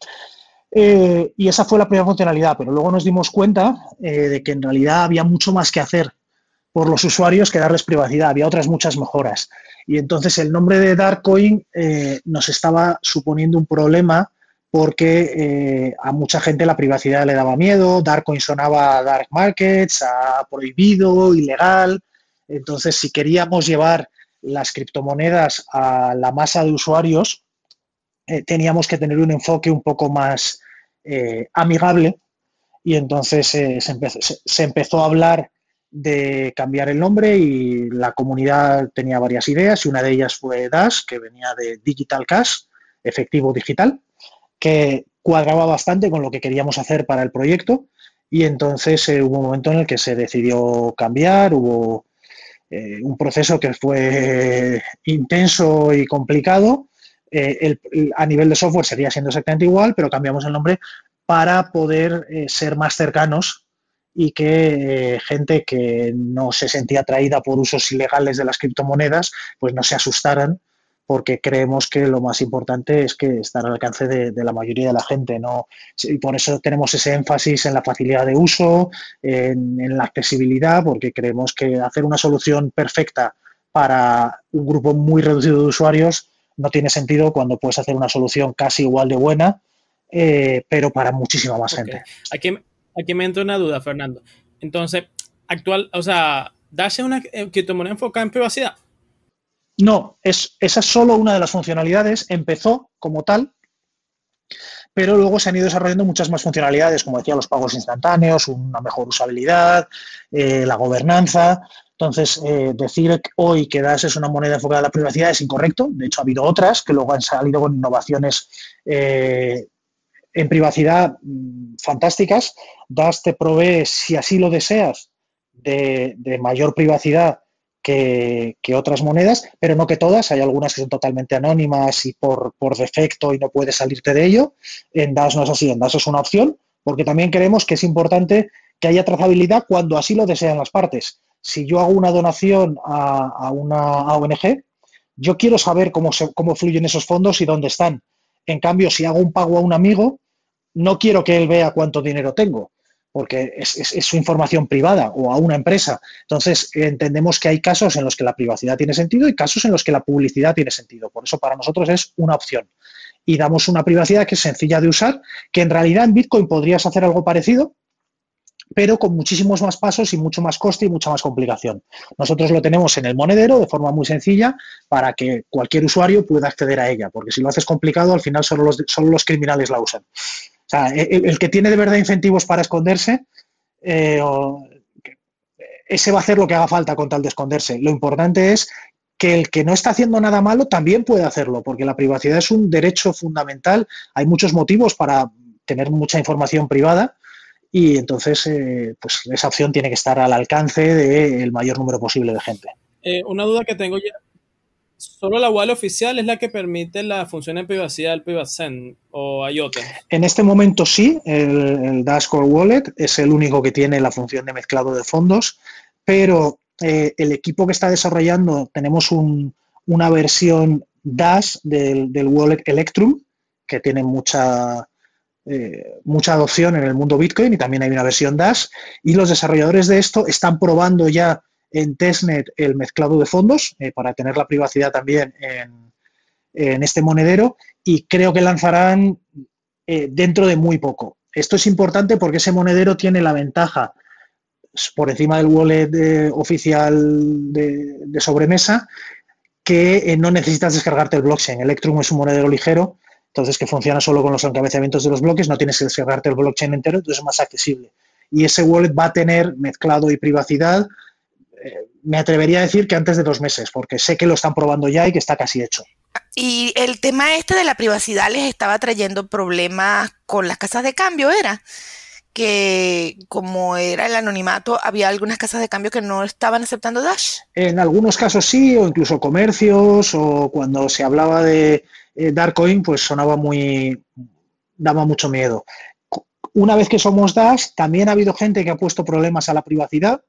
Y esa fue la primera funcionalidad, pero luego nos dimos cuenta de que en realidad había mucho más que hacer por los usuarios que darles privacidad. Había otras muchas mejoras. Y entonces el nombre de Darkcoin nos estaba suponiendo un problema porque a mucha gente la privacidad le daba miedo. Darkcoin sonaba a dark markets, a prohibido, ilegal. Entonces, si queríamos llevar las criptomonedas a la masa de usuarios, teníamos que tener un enfoque un poco más amigable, y entonces se empezó a hablar de cambiar el nombre y la comunidad tenía varias ideas y una de ellas fue Dash, que venía de Digital Cash, efectivo digital, que cuadraba bastante con lo que queríamos hacer para el proyecto, y entonces hubo un momento en el que se decidió cambiar. Hubo un proceso que fue intenso y complicado. A nivel de software seguía siendo exactamente igual, pero cambiamos el nombre para poder ser más cercanos y que gente que no se sentía atraída por usos ilegales de las criptomonedas pues no se asustaran, porque creemos que lo más importante es que estar al alcance de la mayoría de la gente, ¿no? Y por eso tenemos ese énfasis en la facilidad de uso, en la accesibilidad, porque creemos que hacer una solución perfecta para un grupo muy reducido de usuarios no tiene sentido cuando puedes hacer una solución casi igual de buena pero para muchísima más
Ok.
gente.
Aquí me entra una duda, Fernando. Entonces, Dash es una criptomoneda enfocada en privacidad.
No, esa es solo una de las funcionalidades. Empezó como tal, pero luego se han ido desarrollando muchas más funcionalidades, como decía, los pagos instantáneos, una mejor usabilidad, la gobernanza. Entonces, decir hoy que Dash es una moneda enfocada a la privacidad es incorrecto. De hecho, ha habido otras que luego han salido con innovaciones en privacidad fantásticas. Dash te provee, si así lo deseas, de mayor privacidad que otras monedas, pero no que todas. Hay algunas que son totalmente anónimas y por defecto y no puedes salirte de ello. En Dash no es así, en Dash es una opción, porque también creemos que es importante que haya trazabilidad cuando así lo desean las partes. Si yo hago una donación a una ONG, yo quiero saber cómo fluyen esos fondos y dónde están. En cambio, si hago un pago a un amigo, no quiero que él vea cuánto dinero tengo, porque es su información privada, o a una empresa. Entonces, entendemos que hay casos en los que la privacidad tiene sentido y casos en los que la publicidad tiene sentido. Por eso, para nosotros es una opción. Y damos una privacidad que es sencilla de usar, que en realidad en Bitcoin podrías hacer algo parecido, pero con muchísimos más pasos y mucho más coste y mucha más complicación. Nosotros lo tenemos en el monedero de forma muy sencilla para que cualquier usuario pueda acceder a ella, porque si lo haces complicado, al final solo los criminales la usan. O sea, el que tiene de verdad incentivos para esconderse, ese va a hacer lo que haga falta con tal de esconderse. Lo importante es que el que no está haciendo nada malo también puede hacerlo, porque la privacidad es un derecho fundamental. Hay muchos motivos para tener mucha información privada y entonces pues esa opción tiene que estar al alcance del mayor número posible de gente.
Una duda que tengo ya. ¿Solo la wallet oficial es la que permite la función de privacidad del PrivateSend o hay otras?
En este momento sí, el Dash Core Wallet es el único que tiene la función de mezclado de fondos, pero el equipo que está desarrollando, tenemos una versión Dash del wallet Electrum, que tiene mucha adopción en el mundo Bitcoin, y también hay una versión Dash, y los desarrolladores de esto están probando ya en testnet el mezclado de fondos para tener la privacidad también en este monedero, y creo que lanzarán dentro de muy poco. Esto es importante porque ese monedero tiene la ventaja por encima del wallet oficial de sobremesa, que no necesitas descargarte el blockchain. Electrum es un monedero ligero, entonces que funciona solo con los encabezamientos de los bloques, no tienes que descargarte el blockchain entero, entonces es más accesible. Y ese wallet va a tener mezclado y privacidad, me atrevería a decir que antes de 2 meses, porque sé que lo están probando ya y que está casi hecho.
Y el tema este de la privacidad les estaba trayendo problemas con las casas de cambio, ¿era? Que como era el anonimato, había algunas casas de cambio que no estaban aceptando Dash.
En algunos casos sí, o incluso comercios, o cuando se hablaba de Darkcoin, pues daba mucho miedo. Una vez que somos Dash, también ha habido gente que ha puesto problemas a la privacidad,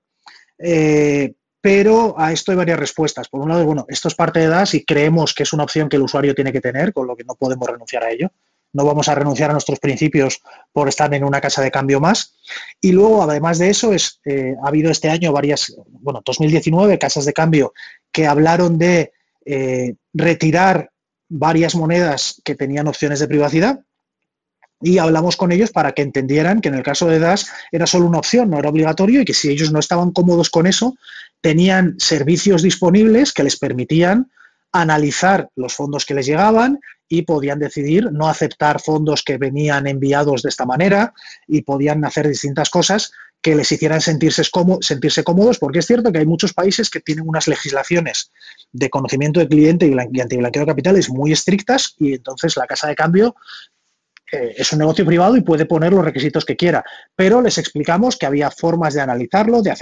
pero a esto hay varias respuestas. Por un lado, bueno, esto es parte de Dash y creemos que es una opción que el usuario tiene que tener, con lo que no podemos renunciar a ello. No vamos a renunciar a nuestros principios por estar en una casa de cambio más. Y luego, además de eso, ha habido este año 2019, casas de cambio que hablaron de retirar varias monedas que tenían opciones de privacidad, y hablamos con ellos para que entendieran que en el caso de Dash era solo una opción, no era obligatorio, y que si ellos no estaban cómodos con eso, tenían servicios disponibles que les permitían analizar los fondos que les llegaban y podían decidir no aceptar fondos que venían enviados de esta manera, y podían hacer distintas cosas que les hicieran sentirse cómodos, porque es cierto que hay muchos países que tienen unas legislaciones de conocimiento de cliente y antiblanqueo de capitales muy estrictas, y entonces la casa de cambio es un negocio privado y puede poner los requisitos que quiera, pero les explicamos que había formas de analizarlo, de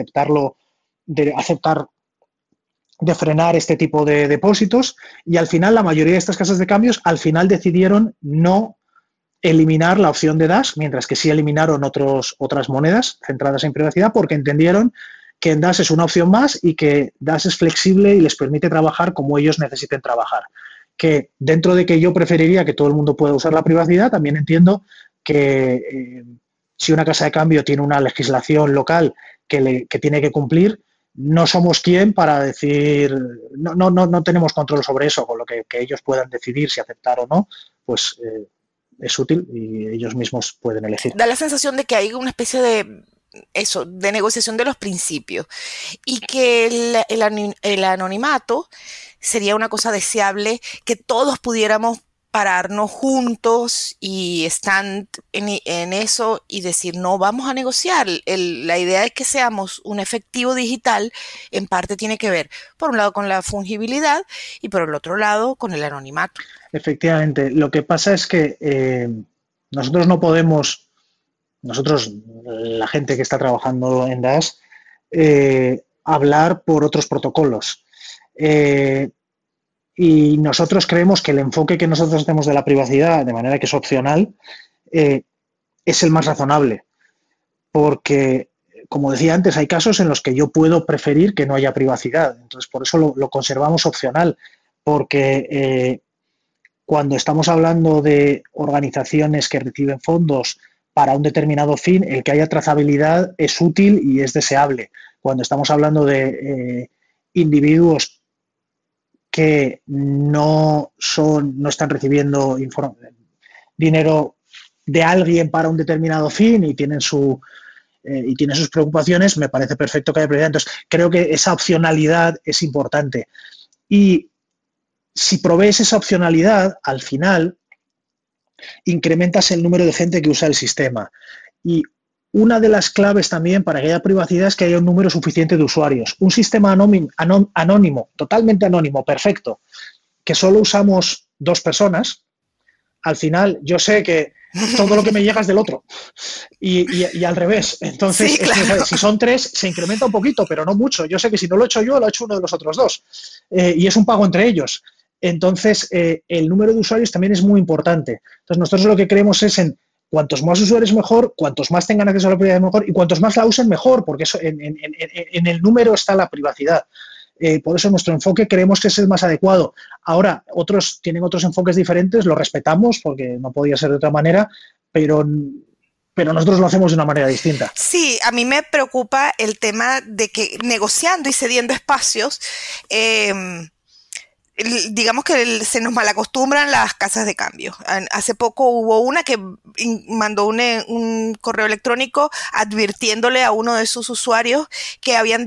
frenar este tipo de depósitos, y al final la mayoría de estas casas de cambios al final decidieron no eliminar la opción de Dash, mientras que sí eliminaron otras monedas centradas en privacidad, porque entendieron que en Dash es una opción más y que Dash es flexible y les permite trabajar como ellos necesiten trabajar. Que dentro de que yo preferiría que todo el mundo pueda usar la privacidad, también entiendo que si una casa de cambio tiene una legislación local que tiene que cumplir, no somos quien para decir, no tenemos control sobre eso, con lo que ellos puedan decidir si aceptar o no, pues es útil y ellos mismos pueden elegir.
Da la sensación de que hay una especie de negociación de los principios y que el anonimato sería una cosa deseable, que todos pudiéramos pararnos juntos y estar en eso y decir, no, vamos a negociar. La idea de que seamos un efectivo digital en parte tiene que ver, por un lado, con la fungibilidad y por el otro lado, con el anonimato.
Efectivamente. Lo que pasa es que nosotros no podemos, la gente que está trabajando en DAS, hablar por otros protocolos. Y nosotros creemos que el enfoque que nosotros tenemos de la privacidad, de manera que es opcional, es el más razonable. Porque, como decía antes, hay casos en los que yo puedo preferir que no haya privacidad. Entonces, por eso lo conservamos opcional. Porque cuando estamos hablando de organizaciones que reciben fondos para un determinado fin, el que haya trazabilidad es útil y es deseable. Cuando estamos hablando de individuos que no están recibiendo dinero de alguien para un determinado fin y tienen sus preocupaciones, me parece perfecto que haya prioridad. Entonces, creo que esa opcionalidad es importante. Y si provees esa opcionalidad, al final incrementas el número de gente que usa el sistema. Y una de las claves también para que haya privacidad es que haya un número suficiente de usuarios. Un sistema anónimo, totalmente anónimo, perfecto, que solo usamos 2 personas, al final yo sé que todo lo que me llega es del otro y al revés. Entonces,
sí, claro.
Si son 3, se incrementa un poquito, pero no mucho. Yo sé que si no lo he hecho yo, lo ha hecho uno de los otros 2 y es un pago entre ellos. Entonces, el número de usuarios también es muy importante. Entonces, nosotros lo que creemos es en cuantos más usuarios mejor, cuantos más tengan acceso a la privacidad mejor y cuantos más la usen mejor, porque eso, en el número está la privacidad. Por eso nuestro enfoque creemos que es el más adecuado. Ahora, otros tienen otros enfoques diferentes, lo respetamos porque no podía ser de otra manera, pero nosotros lo hacemos de una manera distinta.
Sí, a mí me preocupa el tema de que negociando y cediendo espacios, digamos que se nos malacostumbran las casas de cambio. Hace poco hubo una que mandó un correo electrónico advirtiéndole a uno de sus usuarios que habían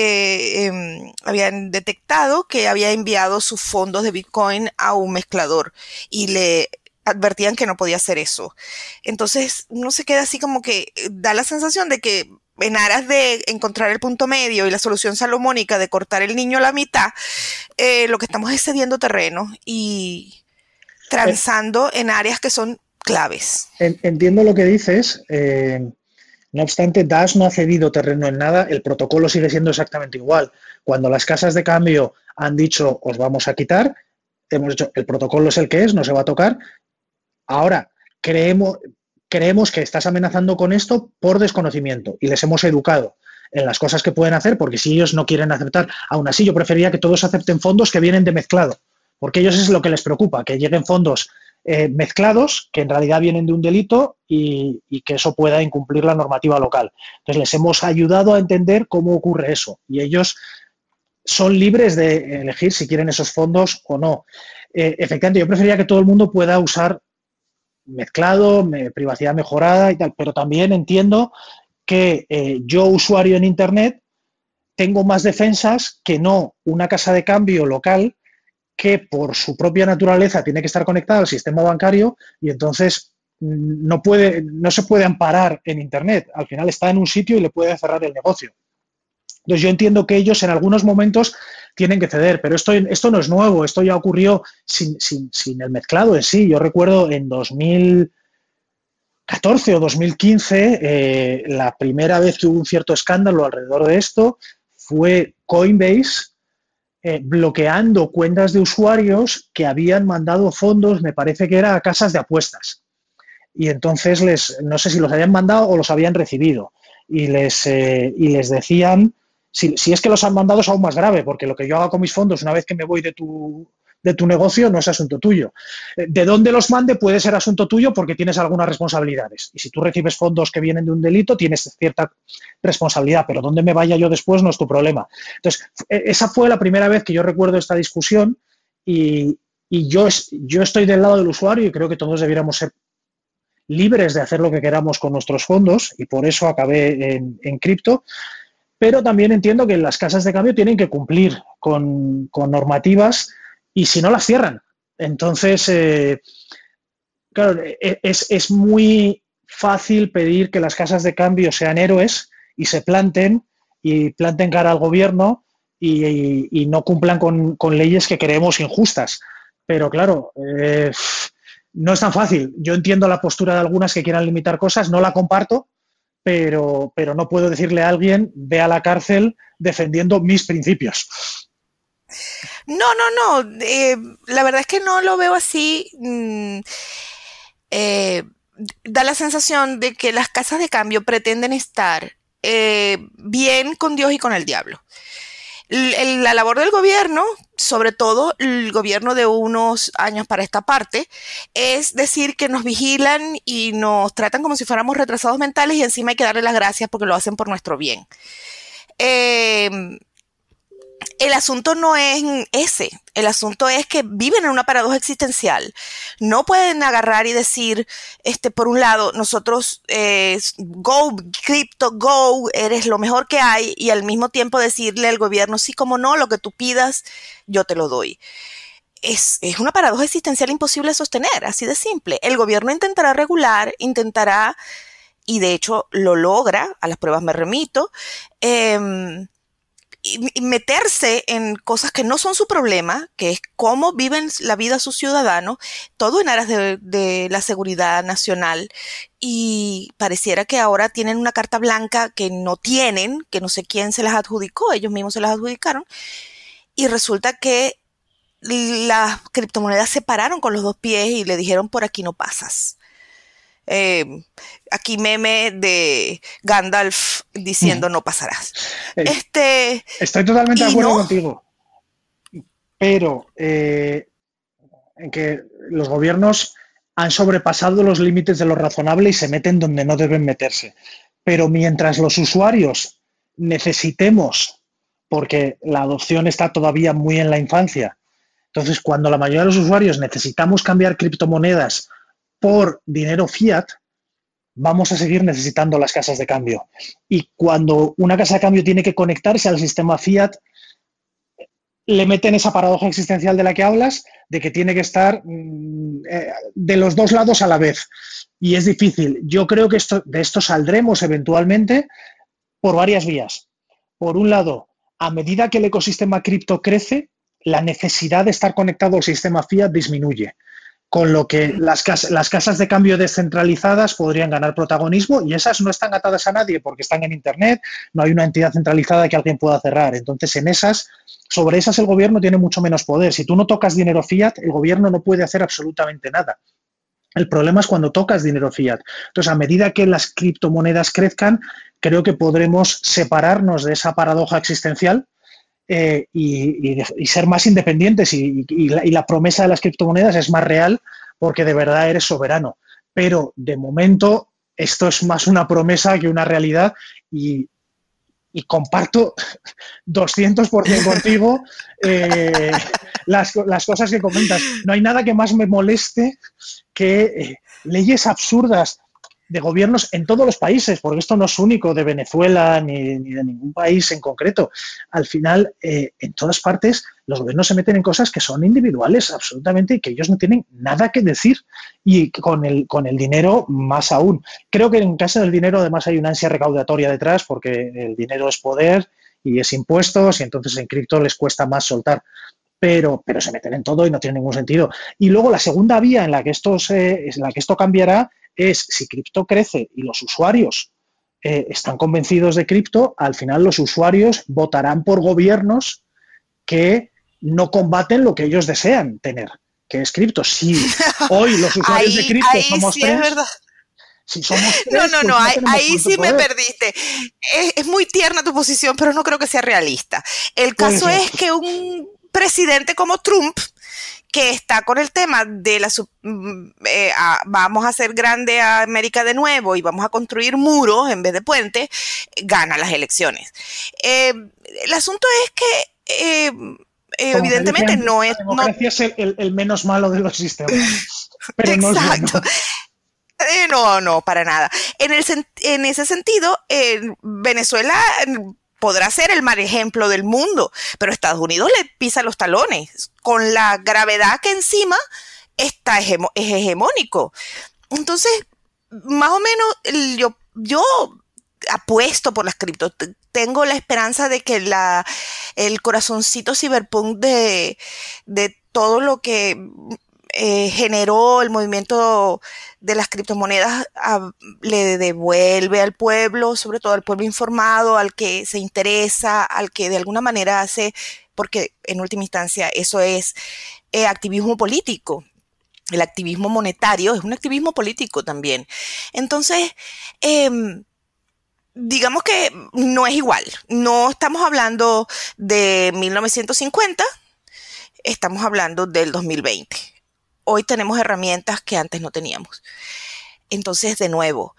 detectado que había enviado sus fondos de Bitcoin a un mezclador y le advertían que no podía hacer eso. Entonces uno se queda así como que da la sensación de que en aras de encontrar el punto medio y la solución salomónica de cortar el niño a la mitad, lo que estamos es cediendo terreno y transando en áreas que son claves.
Entiendo lo que dices. No obstante, Dash no ha cedido terreno en nada, el protocolo sigue siendo exactamente igual. Cuando las casas de cambio han dicho os vamos a quitar, hemos dicho el protocolo es el que es, no se va a tocar. Ahora, creemos que estás amenazando con esto por desconocimiento y les hemos educado en las cosas que pueden hacer, porque si ellos no quieren aceptar, aún así yo preferiría que todos acepten fondos que vienen de mezclado, porque a ellos es lo que les preocupa, que lleguen fondos mezclados que en realidad vienen de un delito y que eso pueda incumplir la normativa local. Entonces les hemos ayudado a entender cómo ocurre eso y ellos son libres de elegir si quieren esos fondos o no. Efectivamente, yo preferiría que todo el mundo pueda usar mezclado, privacidad mejorada y tal, pero también entiendo que yo, usuario en Internet, tengo más defensas que no una casa de cambio local que por su propia naturaleza tiene que estar conectada al sistema bancario y entonces no se puede amparar en Internet. Al final está en un sitio y le puede cerrar el negocio. Entonces yo entiendo que ellos en algunos momentos tienen que ceder, pero esto no es nuevo, esto ya ocurrió sin el mezclado en sí. Yo recuerdo en 2014 o 2015, la primera vez que hubo un cierto escándalo alrededor de esto fue Coinbase bloqueando cuentas de usuarios que habían mandado fondos, me parece que era a casas de apuestas. Y entonces no sé si los habían mandado o los habían recibido. Y les decían, si es que los han mandado es aún más grave, porque lo que yo haga con mis fondos una vez que me voy de tu negocio no es asunto tuyo. De dónde los mande puede ser asunto tuyo porque tienes algunas responsabilidades. Y si tú recibes fondos que vienen de un delito, tienes cierta responsabilidad, pero dónde me vaya yo después no es tu problema. Entonces, esa fue la primera vez que yo recuerdo esta discusión y yo estoy del lado del usuario y creo que todos debiéramos ser libres de hacer lo que queramos con nuestros fondos y por eso acabé en cripto, pero también entiendo que las casas de cambio tienen que cumplir con normativas y si no las cierran. Entonces, claro, es muy fácil pedir que las casas de cambio sean héroes y se planten cara al gobierno y no cumplan con leyes que creemos injustas. Pero claro, no es tan fácil. Yo entiendo la postura de algunas que quieran limitar cosas, no la comparto, pero no puedo decirle a alguien, ve a la cárcel defendiendo mis principios.
No. La verdad es que no lo veo así. Da la sensación de que las casas de cambio pretenden estar bien con Dios y con el diablo. La labor del gobierno, sobre todo el gobierno de unos años para esta parte, es decir que nos vigilan y nos tratan como si fuéramos retrasados mentales y encima hay que darle las gracias porque lo hacen por nuestro bien. El asunto no es ese, el asunto es que viven en una paradoja existencial. No pueden agarrar y decir, por un lado, nosotros, go, cripto, go, eres lo mejor que hay, y al mismo tiempo decirle al gobierno, sí, como no, lo que tú pidas, yo te lo doy. Es una paradoja existencial imposible de sostener, así de simple. El gobierno intentará regular, y de hecho lo logra, a las pruebas me remito, y meterse en cosas que no son su problema, que es cómo viven la vida sus ciudadanos, todo en aras de la seguridad nacional, y pareciera que ahora tienen una carta blanca que no tienen, que no sé quién se las adjudicó, ellos mismos se las adjudicaron, y resulta que las criptomonedas se pararon con los dos pies y le dijeron por aquí no pasas. Aquí meme de Gandalf diciendo no pasarás.
Estoy totalmente de acuerdo contigo, pero en que los gobiernos han sobrepasado los límites de lo razonable y se meten donde no deben meterse. Pero mientras los usuarios necesitemos, porque la adopción está todavía muy en la infancia, entonces cuando la mayoría de los usuarios necesitamos cambiar criptomonedas por dinero fiat, vamos a seguir necesitando las casas de cambio. Y cuando una casa de cambio tiene que conectarse al sistema fiat, le meten esa paradoja existencial de la que hablas, de que tiene que estar de los dos lados a la vez. Y es difícil. Yo creo que de esto saldremos eventualmente por varias vías. Por un lado, a medida que el ecosistema cripto crece, la necesidad de estar conectado al sistema fiat disminuye. Con lo que las casas de cambio descentralizadas podrían ganar protagonismo y esas no están atadas a nadie porque están en Internet, no hay una entidad centralizada que alguien pueda cerrar. Entonces, sobre esas el gobierno tiene mucho menos poder. Si tú no tocas dinero fiat, el gobierno no puede hacer absolutamente nada. El problema es cuando tocas dinero fiat. Entonces, a medida que las criptomonedas crezcan, creo que podremos separarnos de esa paradoja existencial y ser más independientes y la promesa de las criptomonedas es más real porque de verdad eres soberano. Pero de momento esto es más una promesa que una realidad y comparto 200% contigo las cosas que comentas. No hay nada que más me moleste que leyes absurdas de gobiernos en todos los países, porque esto no es único de Venezuela ni de ningún país en concreto. Al final, en todas partes, los gobiernos se meten en cosas que son individuales absolutamente y que ellos no tienen nada que decir. Y con el dinero, más aún. Creo que en caso del dinero, además, hay una ansia recaudatoria detrás, porque el dinero es poder y es impuestos, y entonces en cripto les cuesta más soltar. Pero se meten en todo y no tiene ningún sentido. Y luego la segunda vía en la que esto cambiará es si cripto crece y los usuarios están convencidos de cripto, al final los usuarios votarán por gobiernos que no combaten lo que ellos desean tener, que es cripto. Si hoy los usuarios de cripto somos
sí,
tres,
es verdad.
si somos tres,
No, ahí sí me perdiste. Es muy tierna tu posición, pero no creo que sea realista. El caso es que un presidente como Trump, que está con el tema de vamos a hacer grande a América de nuevo y vamos a construir muros en vez de puentes, gana las elecciones. El asunto es que evidentemente no es...
La democracia es el menos malo de los sistemas. Pero
exacto.
No es bueno.
No, para nada. En ese sentido, Venezuela podrá ser el mal ejemplo del mundo, pero Estados Unidos le pisa los talones con la gravedad que encima es hegemónico. Entonces, más o menos, yo apuesto por las cripto. Tengo la esperanza de que el corazoncito cyberpunk de todo lo que generó el movimiento de las criptomonedas le devuelve al pueblo, sobre todo al pueblo informado, al que se interesa, al que de alguna manera hace, porque en última instancia eso es activismo político. El activismo monetario es un activismo político también. Entonces, digamos que no es igual. No estamos hablando de 1950, estamos hablando del 2020. Hoy tenemos herramientas que antes no teníamos. Entonces, de nuevo,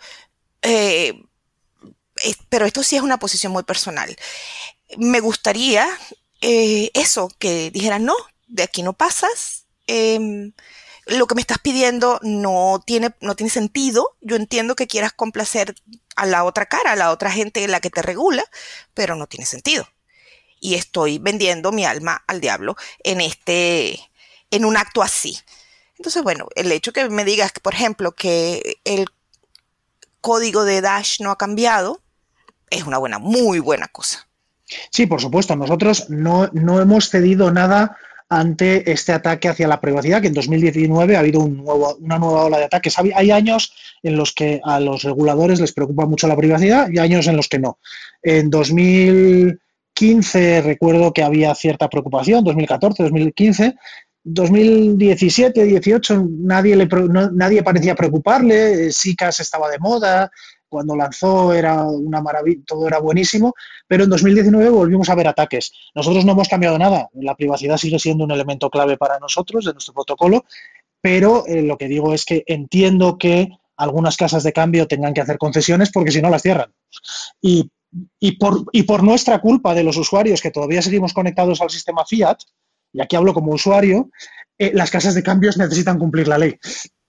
pero esto sí es una posición muy personal. Me gustaría eso, que dijeran, no, de aquí no pasas. Lo que me estás pidiendo no tiene sentido. Yo entiendo que quieras complacer a la otra cara, a la otra gente, la que te regula, pero no tiene sentido. Y estoy vendiendo mi alma al diablo en un acto así. Entonces, bueno, el hecho que me digas, por ejemplo, que el código de Dash no ha cambiado, es una muy buena cosa.
Sí, por supuesto. Nosotros no hemos cedido nada ante este ataque hacia la privacidad, que en 2019 ha habido una nueva ola de ataques. Hay años en los que a los reguladores les preocupa mucho la privacidad y años en los que no. En 2015 recuerdo que había cierta preocupación, 2014, 2015... 2017, 18, nadie parecía preocuparle, SICAS estaba de moda, cuando lanzó era una maravilla, todo era buenísimo, pero en 2019 volvimos a ver ataques. Nosotros no hemos cambiado nada, la privacidad sigue siendo un elemento clave para nosotros, de nuestro protocolo, pero lo que digo es que entiendo que algunas casas de cambio tengan que hacer concesiones porque si no las cierran. Y por nuestra culpa de los usuarios que todavía seguimos conectados al sistema Fiat, y aquí hablo como usuario, las casas de cambios necesitan cumplir la ley.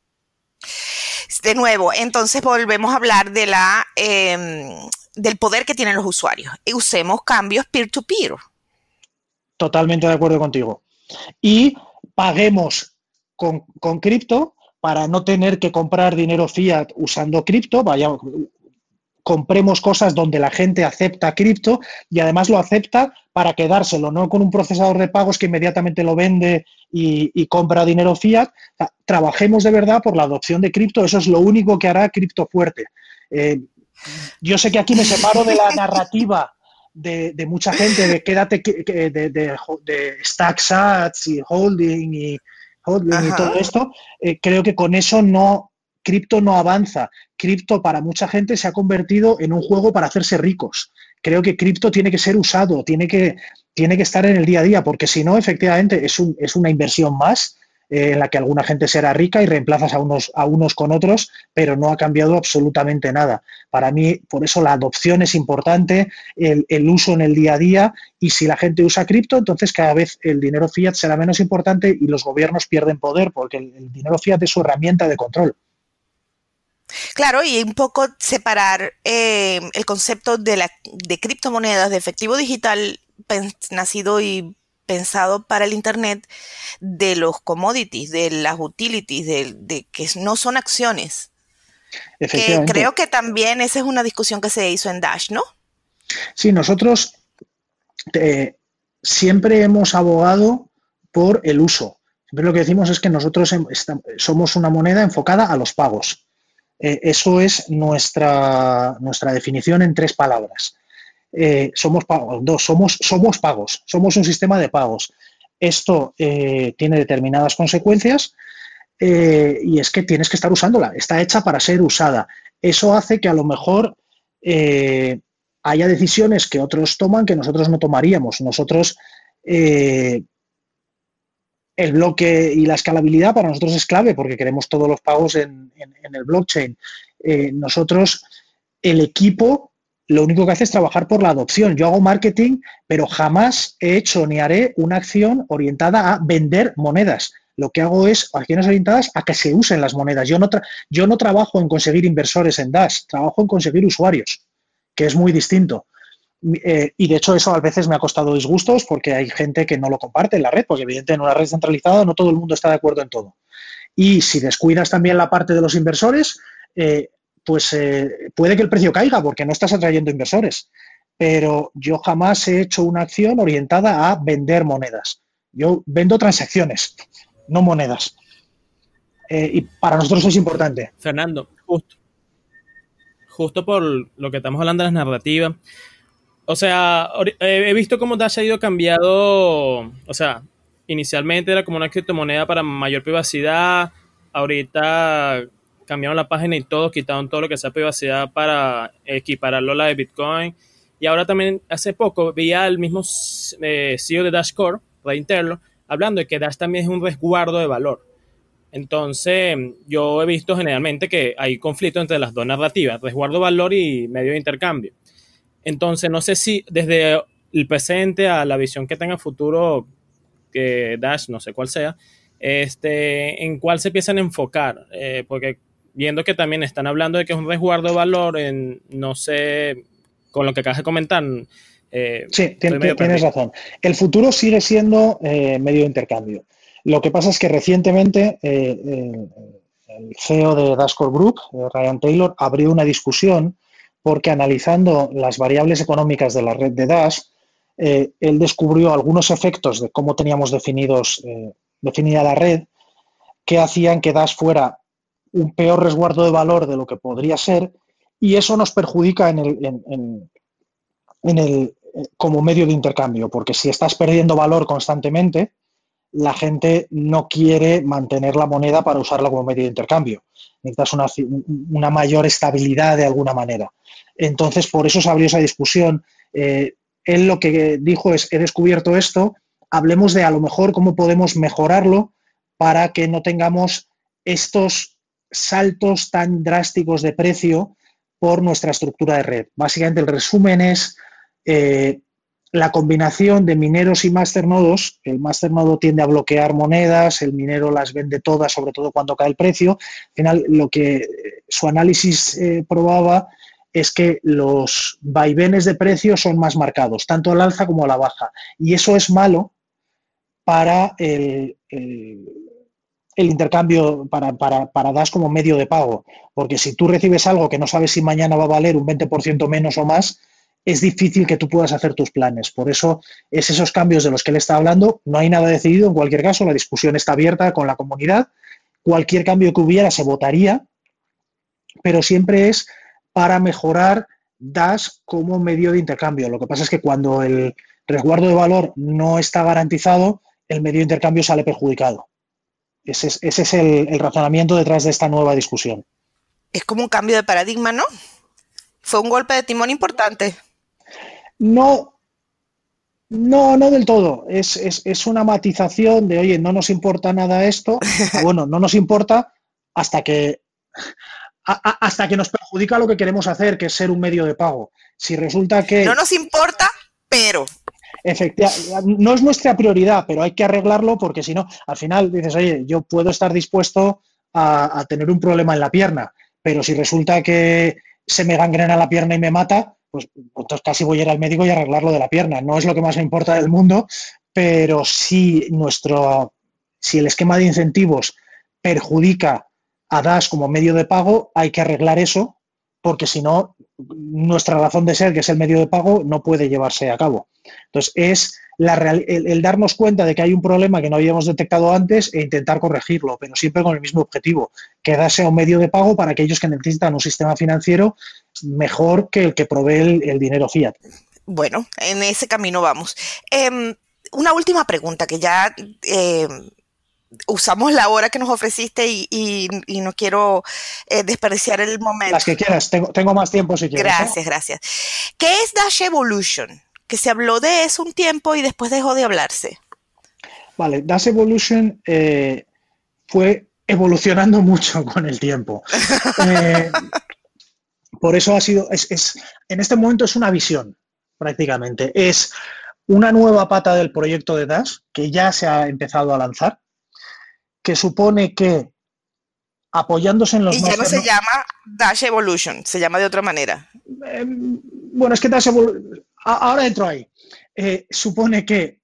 De nuevo, entonces volvemos a hablar de del poder que tienen los usuarios. Y usemos cambios peer-to-peer.
Totalmente de acuerdo contigo. Y paguemos con cripto para no tener que comprar dinero fiat usando cripto, compremos cosas donde la gente acepta cripto y además lo acepta para quedárselo, no con un procesador de pagos que inmediatamente lo vende y compra dinero fiat. O sea, trabajemos de verdad por la adopción de cripto, eso es lo único que hará cripto fuerte. Yo sé que aquí me separo de la narrativa de mucha gente de quédate de stack sats y holding y todo esto. Creo que con eso cripto no avanza. Cripto para mucha gente se ha convertido en un juego para hacerse ricos. Creo que cripto tiene que ser usado, tiene que estar en el día a día, porque si no, efectivamente, es una inversión más en la que alguna gente será rica y reemplazas a unos con otros, pero no ha cambiado absolutamente nada. Para mí, por eso la adopción es importante, el uso en el día a día, y si la gente usa cripto, entonces cada vez el dinero fiat será menos importante y los gobiernos pierden poder, porque el dinero fiat es su herramienta de control.
Claro, y un poco separar el concepto de criptomonedas, de efectivo digital nacido y pensado para el Internet, de los commodities, de las utilities, de que no son acciones. Que creo que también esa es una discusión que se hizo en Dash, ¿no?
Sí, nosotros siempre hemos abogado por el uso. Siempre lo que decimos es que nosotros somos una moneda enfocada a los pagos. Eso es nuestra definición en 3 palabras. Somos pagos, somos un sistema de pagos. Esto tiene determinadas consecuencias y es que tienes que estar usándola, está hecha para ser usada. Eso hace que a lo mejor haya decisiones que otros toman que nosotros no tomaríamos. Nosotros el bloque y la escalabilidad para nosotros es clave porque queremos todos los pagos en el blockchain. Nosotros, el equipo, lo único que hace es trabajar por la adopción. Yo hago marketing, pero jamás he hecho ni haré una acción orientada a vender monedas. Lo que hago es acciones orientadas a que se usen las monedas. Yo no trabajo en conseguir inversores en Dash, trabajo en conseguir usuarios, que es muy distinto. Y de hecho eso a veces me ha costado disgustos porque hay gente que no lo comparte en la red, porque evidentemente en una red centralizada no todo el mundo está de acuerdo en todo. Y si descuidas también la parte de los inversores, puede que el precio caiga porque no estás atrayendo inversores. Pero yo jamás he hecho una acción orientada a vender monedas. Yo vendo transacciones, no monedas. Y para nosotros es importante.
Fernando, justo por lo que estamos hablando de las narrativas, o sea, he visto cómo Dash ha ido cambiado, o sea, inicialmente era como una criptomoneda para mayor privacidad, ahorita cambiaron la página y todo, quitaron todo lo que sea privacidad para equipararlo a la de Bitcoin, y ahora también hace poco veía al mismo CEO de Dash Core, Ray Interlo, hablando de que Dash también es un resguardo de valor. Entonces, yo he visto generalmente que hay conflicto entre las dos narrativas, resguardo de valor y medio de intercambio. Entonces, no sé si desde el presente a la visión que tenga futuro, que Dash, no sé cuál sea, en cuál se empiezan a enfocar, porque viendo que también están hablando de que es un resguardo de valor, no sé, con lo que acabas de comentar.
Sí, tienes razón. El futuro sigue siendo medio de intercambio. Lo que pasa es que recientemente el CEO de Dashcore Group, Ryan Taylor, abrió una discusión porque analizando las variables económicas de la red de Dash, él descubrió algunos efectos de cómo teníamos definida la red que hacían que Dash fuera un peor resguardo de valor de lo que podría ser, y eso nos perjudica como medio de intercambio, porque si estás perdiendo valor constantemente, la gente no quiere mantener la moneda para usarla como medio de intercambio. Necesitas una mayor estabilidad de alguna manera. Entonces, por eso se abrió esa discusión. Él lo que dijo es, he descubierto esto, hablemos de a lo mejor cómo podemos mejorarlo para que no tengamos estos saltos tan drásticos de precio por nuestra estructura de red. Básicamente el resumen es la combinación de mineros y masternodos. El masternodo tiende a bloquear monedas, el minero las vende todas, sobre todo cuando cae el precio. Al final, lo que su análisis probaba es que los vaivenes de precio son más marcados, tanto al alza como a la baja. Y eso es malo para el intercambio, para Dash como medio de pago. Porque si tú recibes algo que no sabes si mañana va a valer un 20% menos o más, es difícil que tú puedas hacer tus planes. Por eso es esos cambios de los que él está hablando. No hay nada decidido, en cualquier caso, la discusión está abierta con la comunidad. Cualquier cambio que hubiera se votaría, pero siempre es para mejorar Dash como medio de intercambio. Lo que pasa es que cuando el resguardo de valor no está garantizado, el medio de intercambio sale perjudicado. Ese es el razonamiento detrás de esta nueva discusión.
Es como un cambio de paradigma, ¿no? Fue un golpe de timón importante.
No del todo. Es una matización de, oye, no nos importa nada esto. Bueno, no nos importa hasta que nos perjudica lo que queremos hacer, que es ser un medio de pago. Si resulta que...
No nos importa, pero...
Efectivamente, no es nuestra prioridad, pero hay que arreglarlo porque si no, al final dices, oye, yo puedo estar dispuesto a tener un problema en la pierna, pero si resulta que se me gangrena la pierna y me mata, pues entonces casi voy a ir al médico y arreglarlo de la pierna. No es lo que más me importa del mundo, pero si el esquema de incentivos perjudica a Dash como medio de pago, hay que arreglar eso, porque si no, nuestra razón de ser, que es el medio de pago, no puede llevarse a cabo. Entonces, es el darnos cuenta de que hay un problema que no habíamos detectado antes e intentar corregirlo, pero siempre con el mismo objetivo, que Dash sea un medio de pago para aquellos que necesitan un sistema financiero mejor que el que provee el dinero fiat.
Bueno, en ese camino vamos. Una última pregunta que ya... usamos la hora que nos ofreciste y no quiero desperdiciar el momento.
Las que quieras, tengo más tiempo si quieres.
Gracias. ¿Qué es Dash Evolution? Que se habló de eso un tiempo y después dejó de hablarse. Vale,
Dash Evolution fue evolucionando mucho con el tiempo. Por eso ha sido, en este momento es una visión, prácticamente. Es una nueva pata del proyecto de Dash que ya se ha empezado a lanzar, que supone que apoyándose en los
y ya no se llama Dash Evolution, se llama de otra manera.
Bueno, es que Dash Evolution, ahora entro ahí. Supone que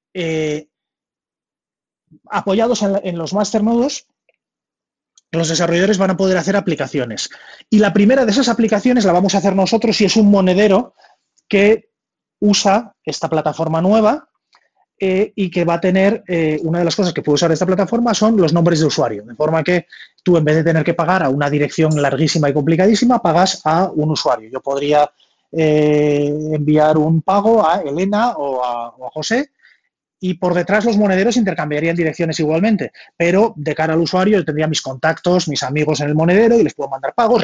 apoyados en los masternodos, los desarrolladores van a poder hacer aplicaciones. Y la primera de esas aplicaciones la vamos a hacer nosotros y es un monedero que usa esta plataforma nueva y que va a tener, una de las cosas que puede usar esta plataforma son los nombres de usuario. De forma que tú, en vez de tener que pagar a una dirección larguísima y complicadísima, pagas a un usuario. Yo podría enviar un pago a Elena o a José, y por detrás los monederos intercambiarían direcciones igualmente, pero de cara al usuario yo tendría mis contactos, mis amigos en el monedero y les puedo mandar pagos,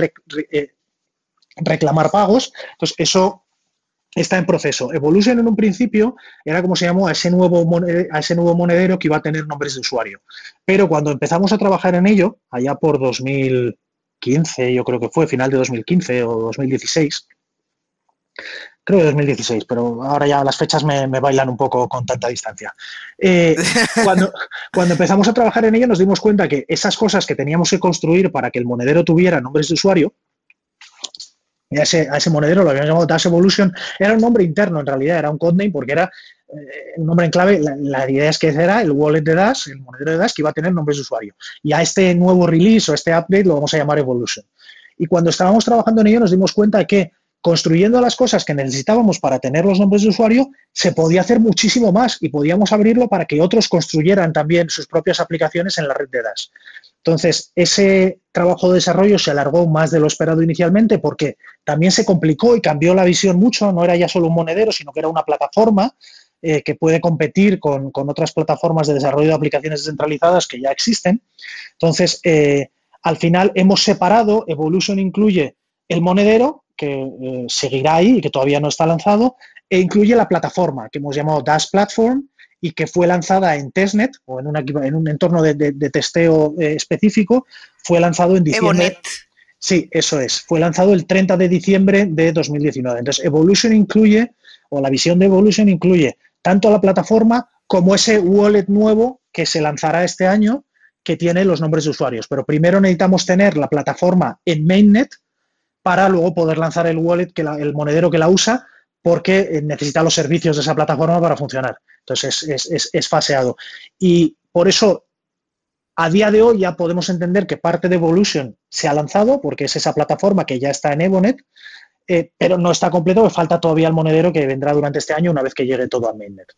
reclamar pagos. Entonces eso está en proceso. Evolution en un principio era como se llamó a ese nuevo monedero que iba a tener nombres de usuario, pero cuando empezamos a trabajar en ello, allá por 2015, yo creo que fue final de 2015 o 2016, creo que 2016, pero ahora ya las fechas me bailan un poco con tanta distancia. Cuando empezamos a trabajar en ello nos dimos cuenta que esas cosas que teníamos que construir para que el monedero tuviera nombres de usuario, y a ese monedero lo habíamos llamado Dash Evolution, era un nombre interno en realidad, era un codename porque era un nombre en clave. La idea es que era el wallet de Dash, el monedero de Dash, que iba a tener nombres de usuario. Y a este nuevo release o este update lo vamos a llamar Evolution. Y cuando estábamos trabajando en ello nos dimos cuenta de que construyendo las cosas que necesitábamos para tener los nombres de usuario, se podía hacer muchísimo más y podíamos abrirlo para que otros construyeran también sus propias aplicaciones en la red de Dash. Entonces, ese trabajo de desarrollo se alargó más de lo esperado inicialmente porque también se complicó y cambió la visión mucho. No era ya solo un monedero, sino que era una plataforma que puede competir con otras plataformas de desarrollo de aplicaciones descentralizadas que ya existen. Entonces, al final hemos separado. Evolution incluye el monedero, que seguirá ahí y que todavía no está lanzado, e incluye la plataforma que hemos llamado Dash Platform y que fue lanzada en testnet o en un entorno de testeo específico. Fue lanzado en diciembre.
Evonet.
Sí, eso es. Fue lanzado el 30 de diciembre de 2019. Entonces, Evolution incluye, o la visión de Evolution incluye tanto la plataforma como ese wallet nuevo que se lanzará este año, que tiene los nombres de usuarios. Pero primero necesitamos tener la plataforma en mainnet para luego poder lanzar el wallet, el monedero que la usa, porque necesita los servicios de esa plataforma para funcionar. Entonces es faseado. Y por eso, a día de hoy ya podemos entender que parte de Evolution se ha lanzado, porque es esa plataforma que ya está en Evonet, pero no está completo, porque falta todavía el monedero que vendrá durante este año una vez que llegue todo a mainnet.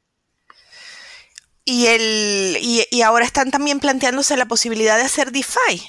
Y ahora están también planteándose la posibilidad de hacer DeFi.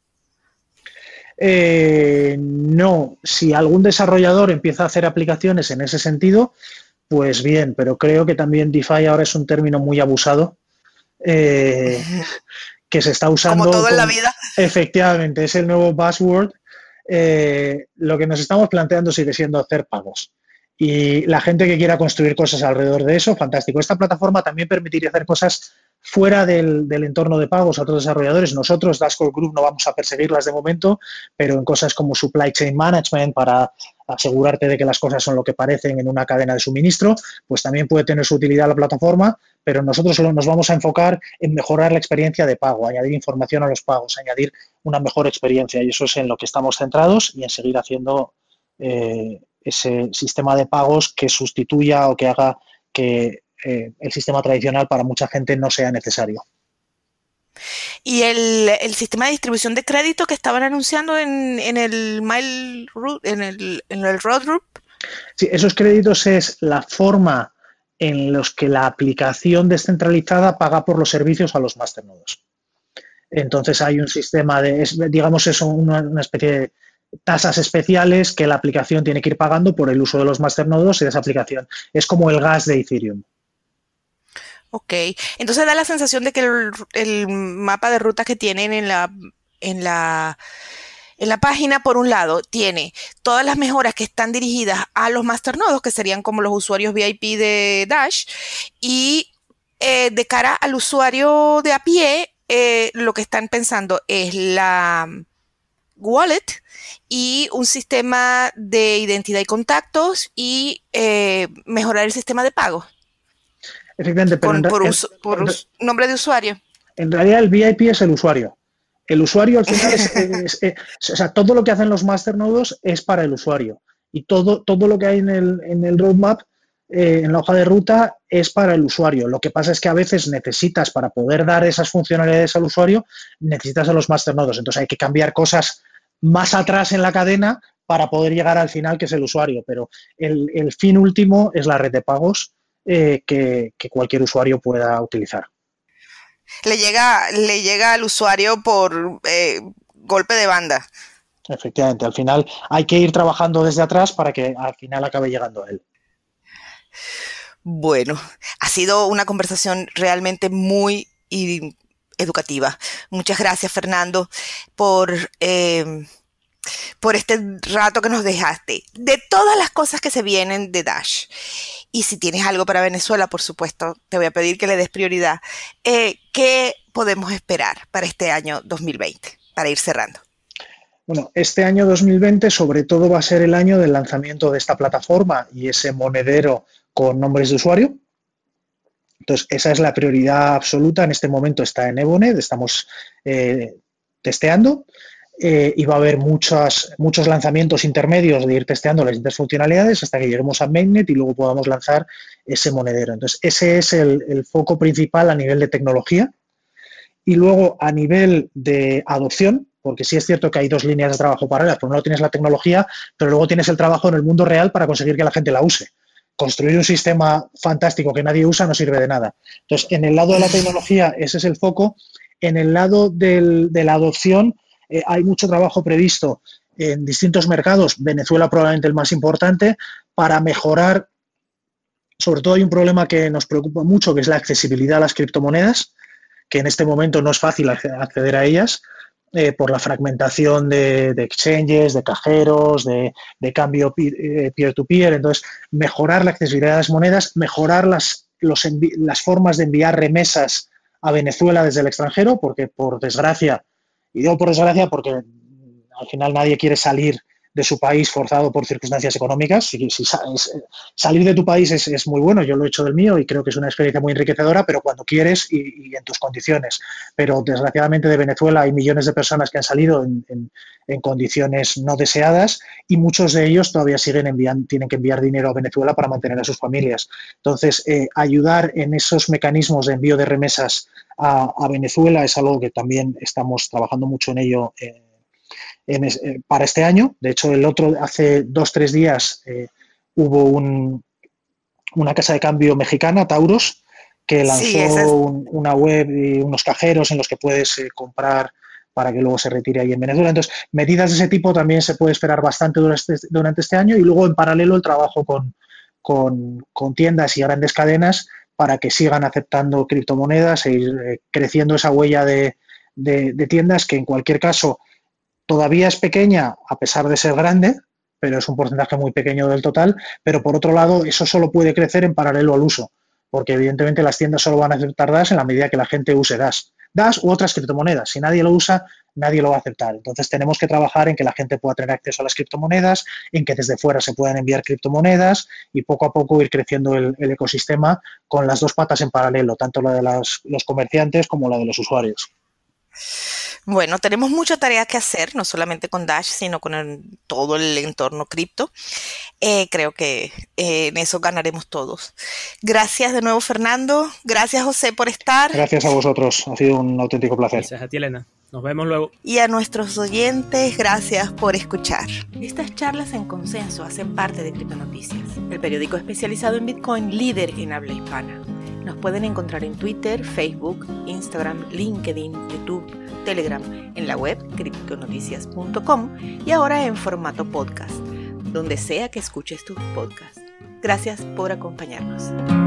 No, si algún desarrollador empieza a hacer aplicaciones en ese sentido, pues bien, pero creo que también DeFi ahora es un término muy abusado, que se está usando.
Como todo en la vida.
Efectivamente, es el nuevo buzzword. Lo que nos estamos planteando sigue siendo hacer pagos. Y la gente que quiera construir cosas alrededor de eso, fantástico. Esta plataforma también permitiría hacer cosas fuera del entorno de pagos a otros desarrolladores. Nosotros, Dashcore Group, no vamos a perseguirlas de momento, pero en cosas como supply chain management, para asegurarte de que las cosas son lo que parecen en una cadena de suministro, pues también puede tener su utilidad la plataforma, pero nosotros solo nos vamos a enfocar en mejorar la experiencia de pago, añadir información a los pagos, añadir una mejor experiencia, y eso es en lo que estamos centrados, y en seguir haciendo ese sistema de pagos que sustituya o que haga que el sistema tradicional para mucha gente no sea necesario.
Y el sistema de distribución de crédito que estaban anunciando en el Roadmap.
Sí, esos créditos es la forma en los que la aplicación descentralizada paga por los servicios a los masternodos. Entonces hay un sistema digamos, es una especie de tasas especiales que la aplicación tiene que ir pagando por el uso de los masternodos y de esa aplicación. Es como el gas de Ethereum.
Ok, entonces da la sensación de que el mapa de ruta que tienen en la página, por un lado, tiene todas las mejoras que están dirigidas a los masternodos, que serían como los usuarios VIP de Dash, y de cara al usuario de a pie, lo que están pensando es la wallet y un sistema de identidad y contactos y mejorar el sistema de pago.
Efectivamente, pero
por nombre de usuario.
En realidad el VIP es el usuario. El usuario al final o sea, todo lo que hacen los masternodos es para el usuario. Y todo lo que hay en el roadmap, en la hoja de ruta, es para el usuario. Lo que pasa es que a veces necesitas, para poder dar esas funcionalidades al usuario, necesitas a los masternodos. Entonces hay que cambiar cosas más atrás en la cadena para poder llegar al final, que es el usuario. Pero el fin último es la red de pagos que cualquier usuario pueda utilizar.
Le llega al usuario por golpe de banda.
Efectivamente, al final hay que ir trabajando desde atrás para que al final acabe llegando a él.
Bueno, ha sido una conversación realmente muy educativa. Muchas gracias, Fernando, por este rato que nos dejaste. De todas las cosas que se vienen de Dash, y si tienes algo para Venezuela, por supuesto, te voy a pedir que le des prioridad. ¿Qué podemos esperar para este año 2020, para ir cerrando?
Bueno, este año 2020 sobre todo va a ser el año del lanzamiento de esta plataforma y ese monedero con nombres de usuario. Entonces, esa es la prioridad absoluta. En este momento está en Ebonet, estamos testeando y va a haber muchos lanzamientos intermedios de ir testeando las distintas funcionalidades hasta que lleguemos a Mainnet y luego podamos lanzar ese monedero. Entonces, ese es el foco principal a nivel de tecnología. Y luego, a nivel de adopción, porque sí es cierto que hay dos líneas de trabajo paralelas. Por un lado tienes la tecnología, pero luego tienes el trabajo en el mundo real para conseguir que la gente la use. Construir un sistema fantástico que nadie usa no sirve de nada. Entonces, en el lado de la tecnología, ese es el foco. En el lado de la adopción, hay mucho trabajo previsto en distintos mercados, Venezuela probablemente el más importante, para mejorar. Sobre todo hay un problema que nos preocupa mucho, que es la accesibilidad a las criptomonedas, que en este momento no es fácil acceder a ellas. Por la fragmentación de exchanges, de cajeros, de cambio peer-to-peer. Entonces, mejorar la accesibilidad de las monedas, mejorar las formas de enviar remesas a Venezuela desde el extranjero, porque por desgracia, y digo por desgracia porque al final nadie quiere salir de su país forzado por circunstancias económicas. Salir de tu país es muy bueno, yo lo he hecho del mío y creo que es una experiencia muy enriquecedora, pero cuando quieres y en tus condiciones. Pero desgraciadamente de Venezuela hay millones de personas que han salido en condiciones no deseadas y muchos de ellos todavía tienen que enviar dinero a Venezuela para mantener a sus familias. Entonces, ayudar en esos mecanismos de envío de remesas a Venezuela es algo que también estamos trabajando mucho en ello para este año. De hecho, hace 2-3 días hubo una casa de cambio mexicana, Tauros, que lanzó una web y unos cajeros en los que puedes comprar para que luego se retire ahí en Venezuela. Entonces, medidas de ese tipo también se puede esperar bastante durante este año y luego en paralelo el trabajo con tiendas y grandes cadenas para que sigan aceptando criptomonedas e ir creciendo esa huella de tiendas que en cualquier caso todavía es pequeña a pesar de ser grande, pero es un porcentaje muy pequeño del total, pero por otro lado eso solo puede crecer en paralelo al uso, porque evidentemente las tiendas solo van a aceptar Dash en la medida que la gente use Dash u otras criptomonedas. Si nadie lo usa, nadie lo va a aceptar. Entonces tenemos que trabajar en que la gente pueda tener acceso a las criptomonedas, en que desde fuera se puedan enviar criptomonedas y poco a poco ir creciendo el ecosistema con las dos patas en paralelo, tanto la de los comerciantes como la de los usuarios.
Bueno, tenemos mucha tarea que hacer, no solamente con Dash, sino con todo el entorno cripto. Creo que en eso ganaremos todos. Gracias de nuevo, Fernando. Gracias, José, por estar.
Gracias a vosotros. Ha sido un auténtico placer.
Gracias a ti, Elena. Nos vemos luego.
Y a nuestros oyentes, gracias por escuchar. Estas charlas en consenso hacen parte de Criptonoticias, el periódico especializado en Bitcoin líder en habla hispana. Nos pueden encontrar en Twitter, Facebook, Instagram, LinkedIn, YouTube, Telegram, en la web criptonoticias.com y ahora en formato podcast, donde sea que escuches tus podcasts. Gracias por acompañarnos.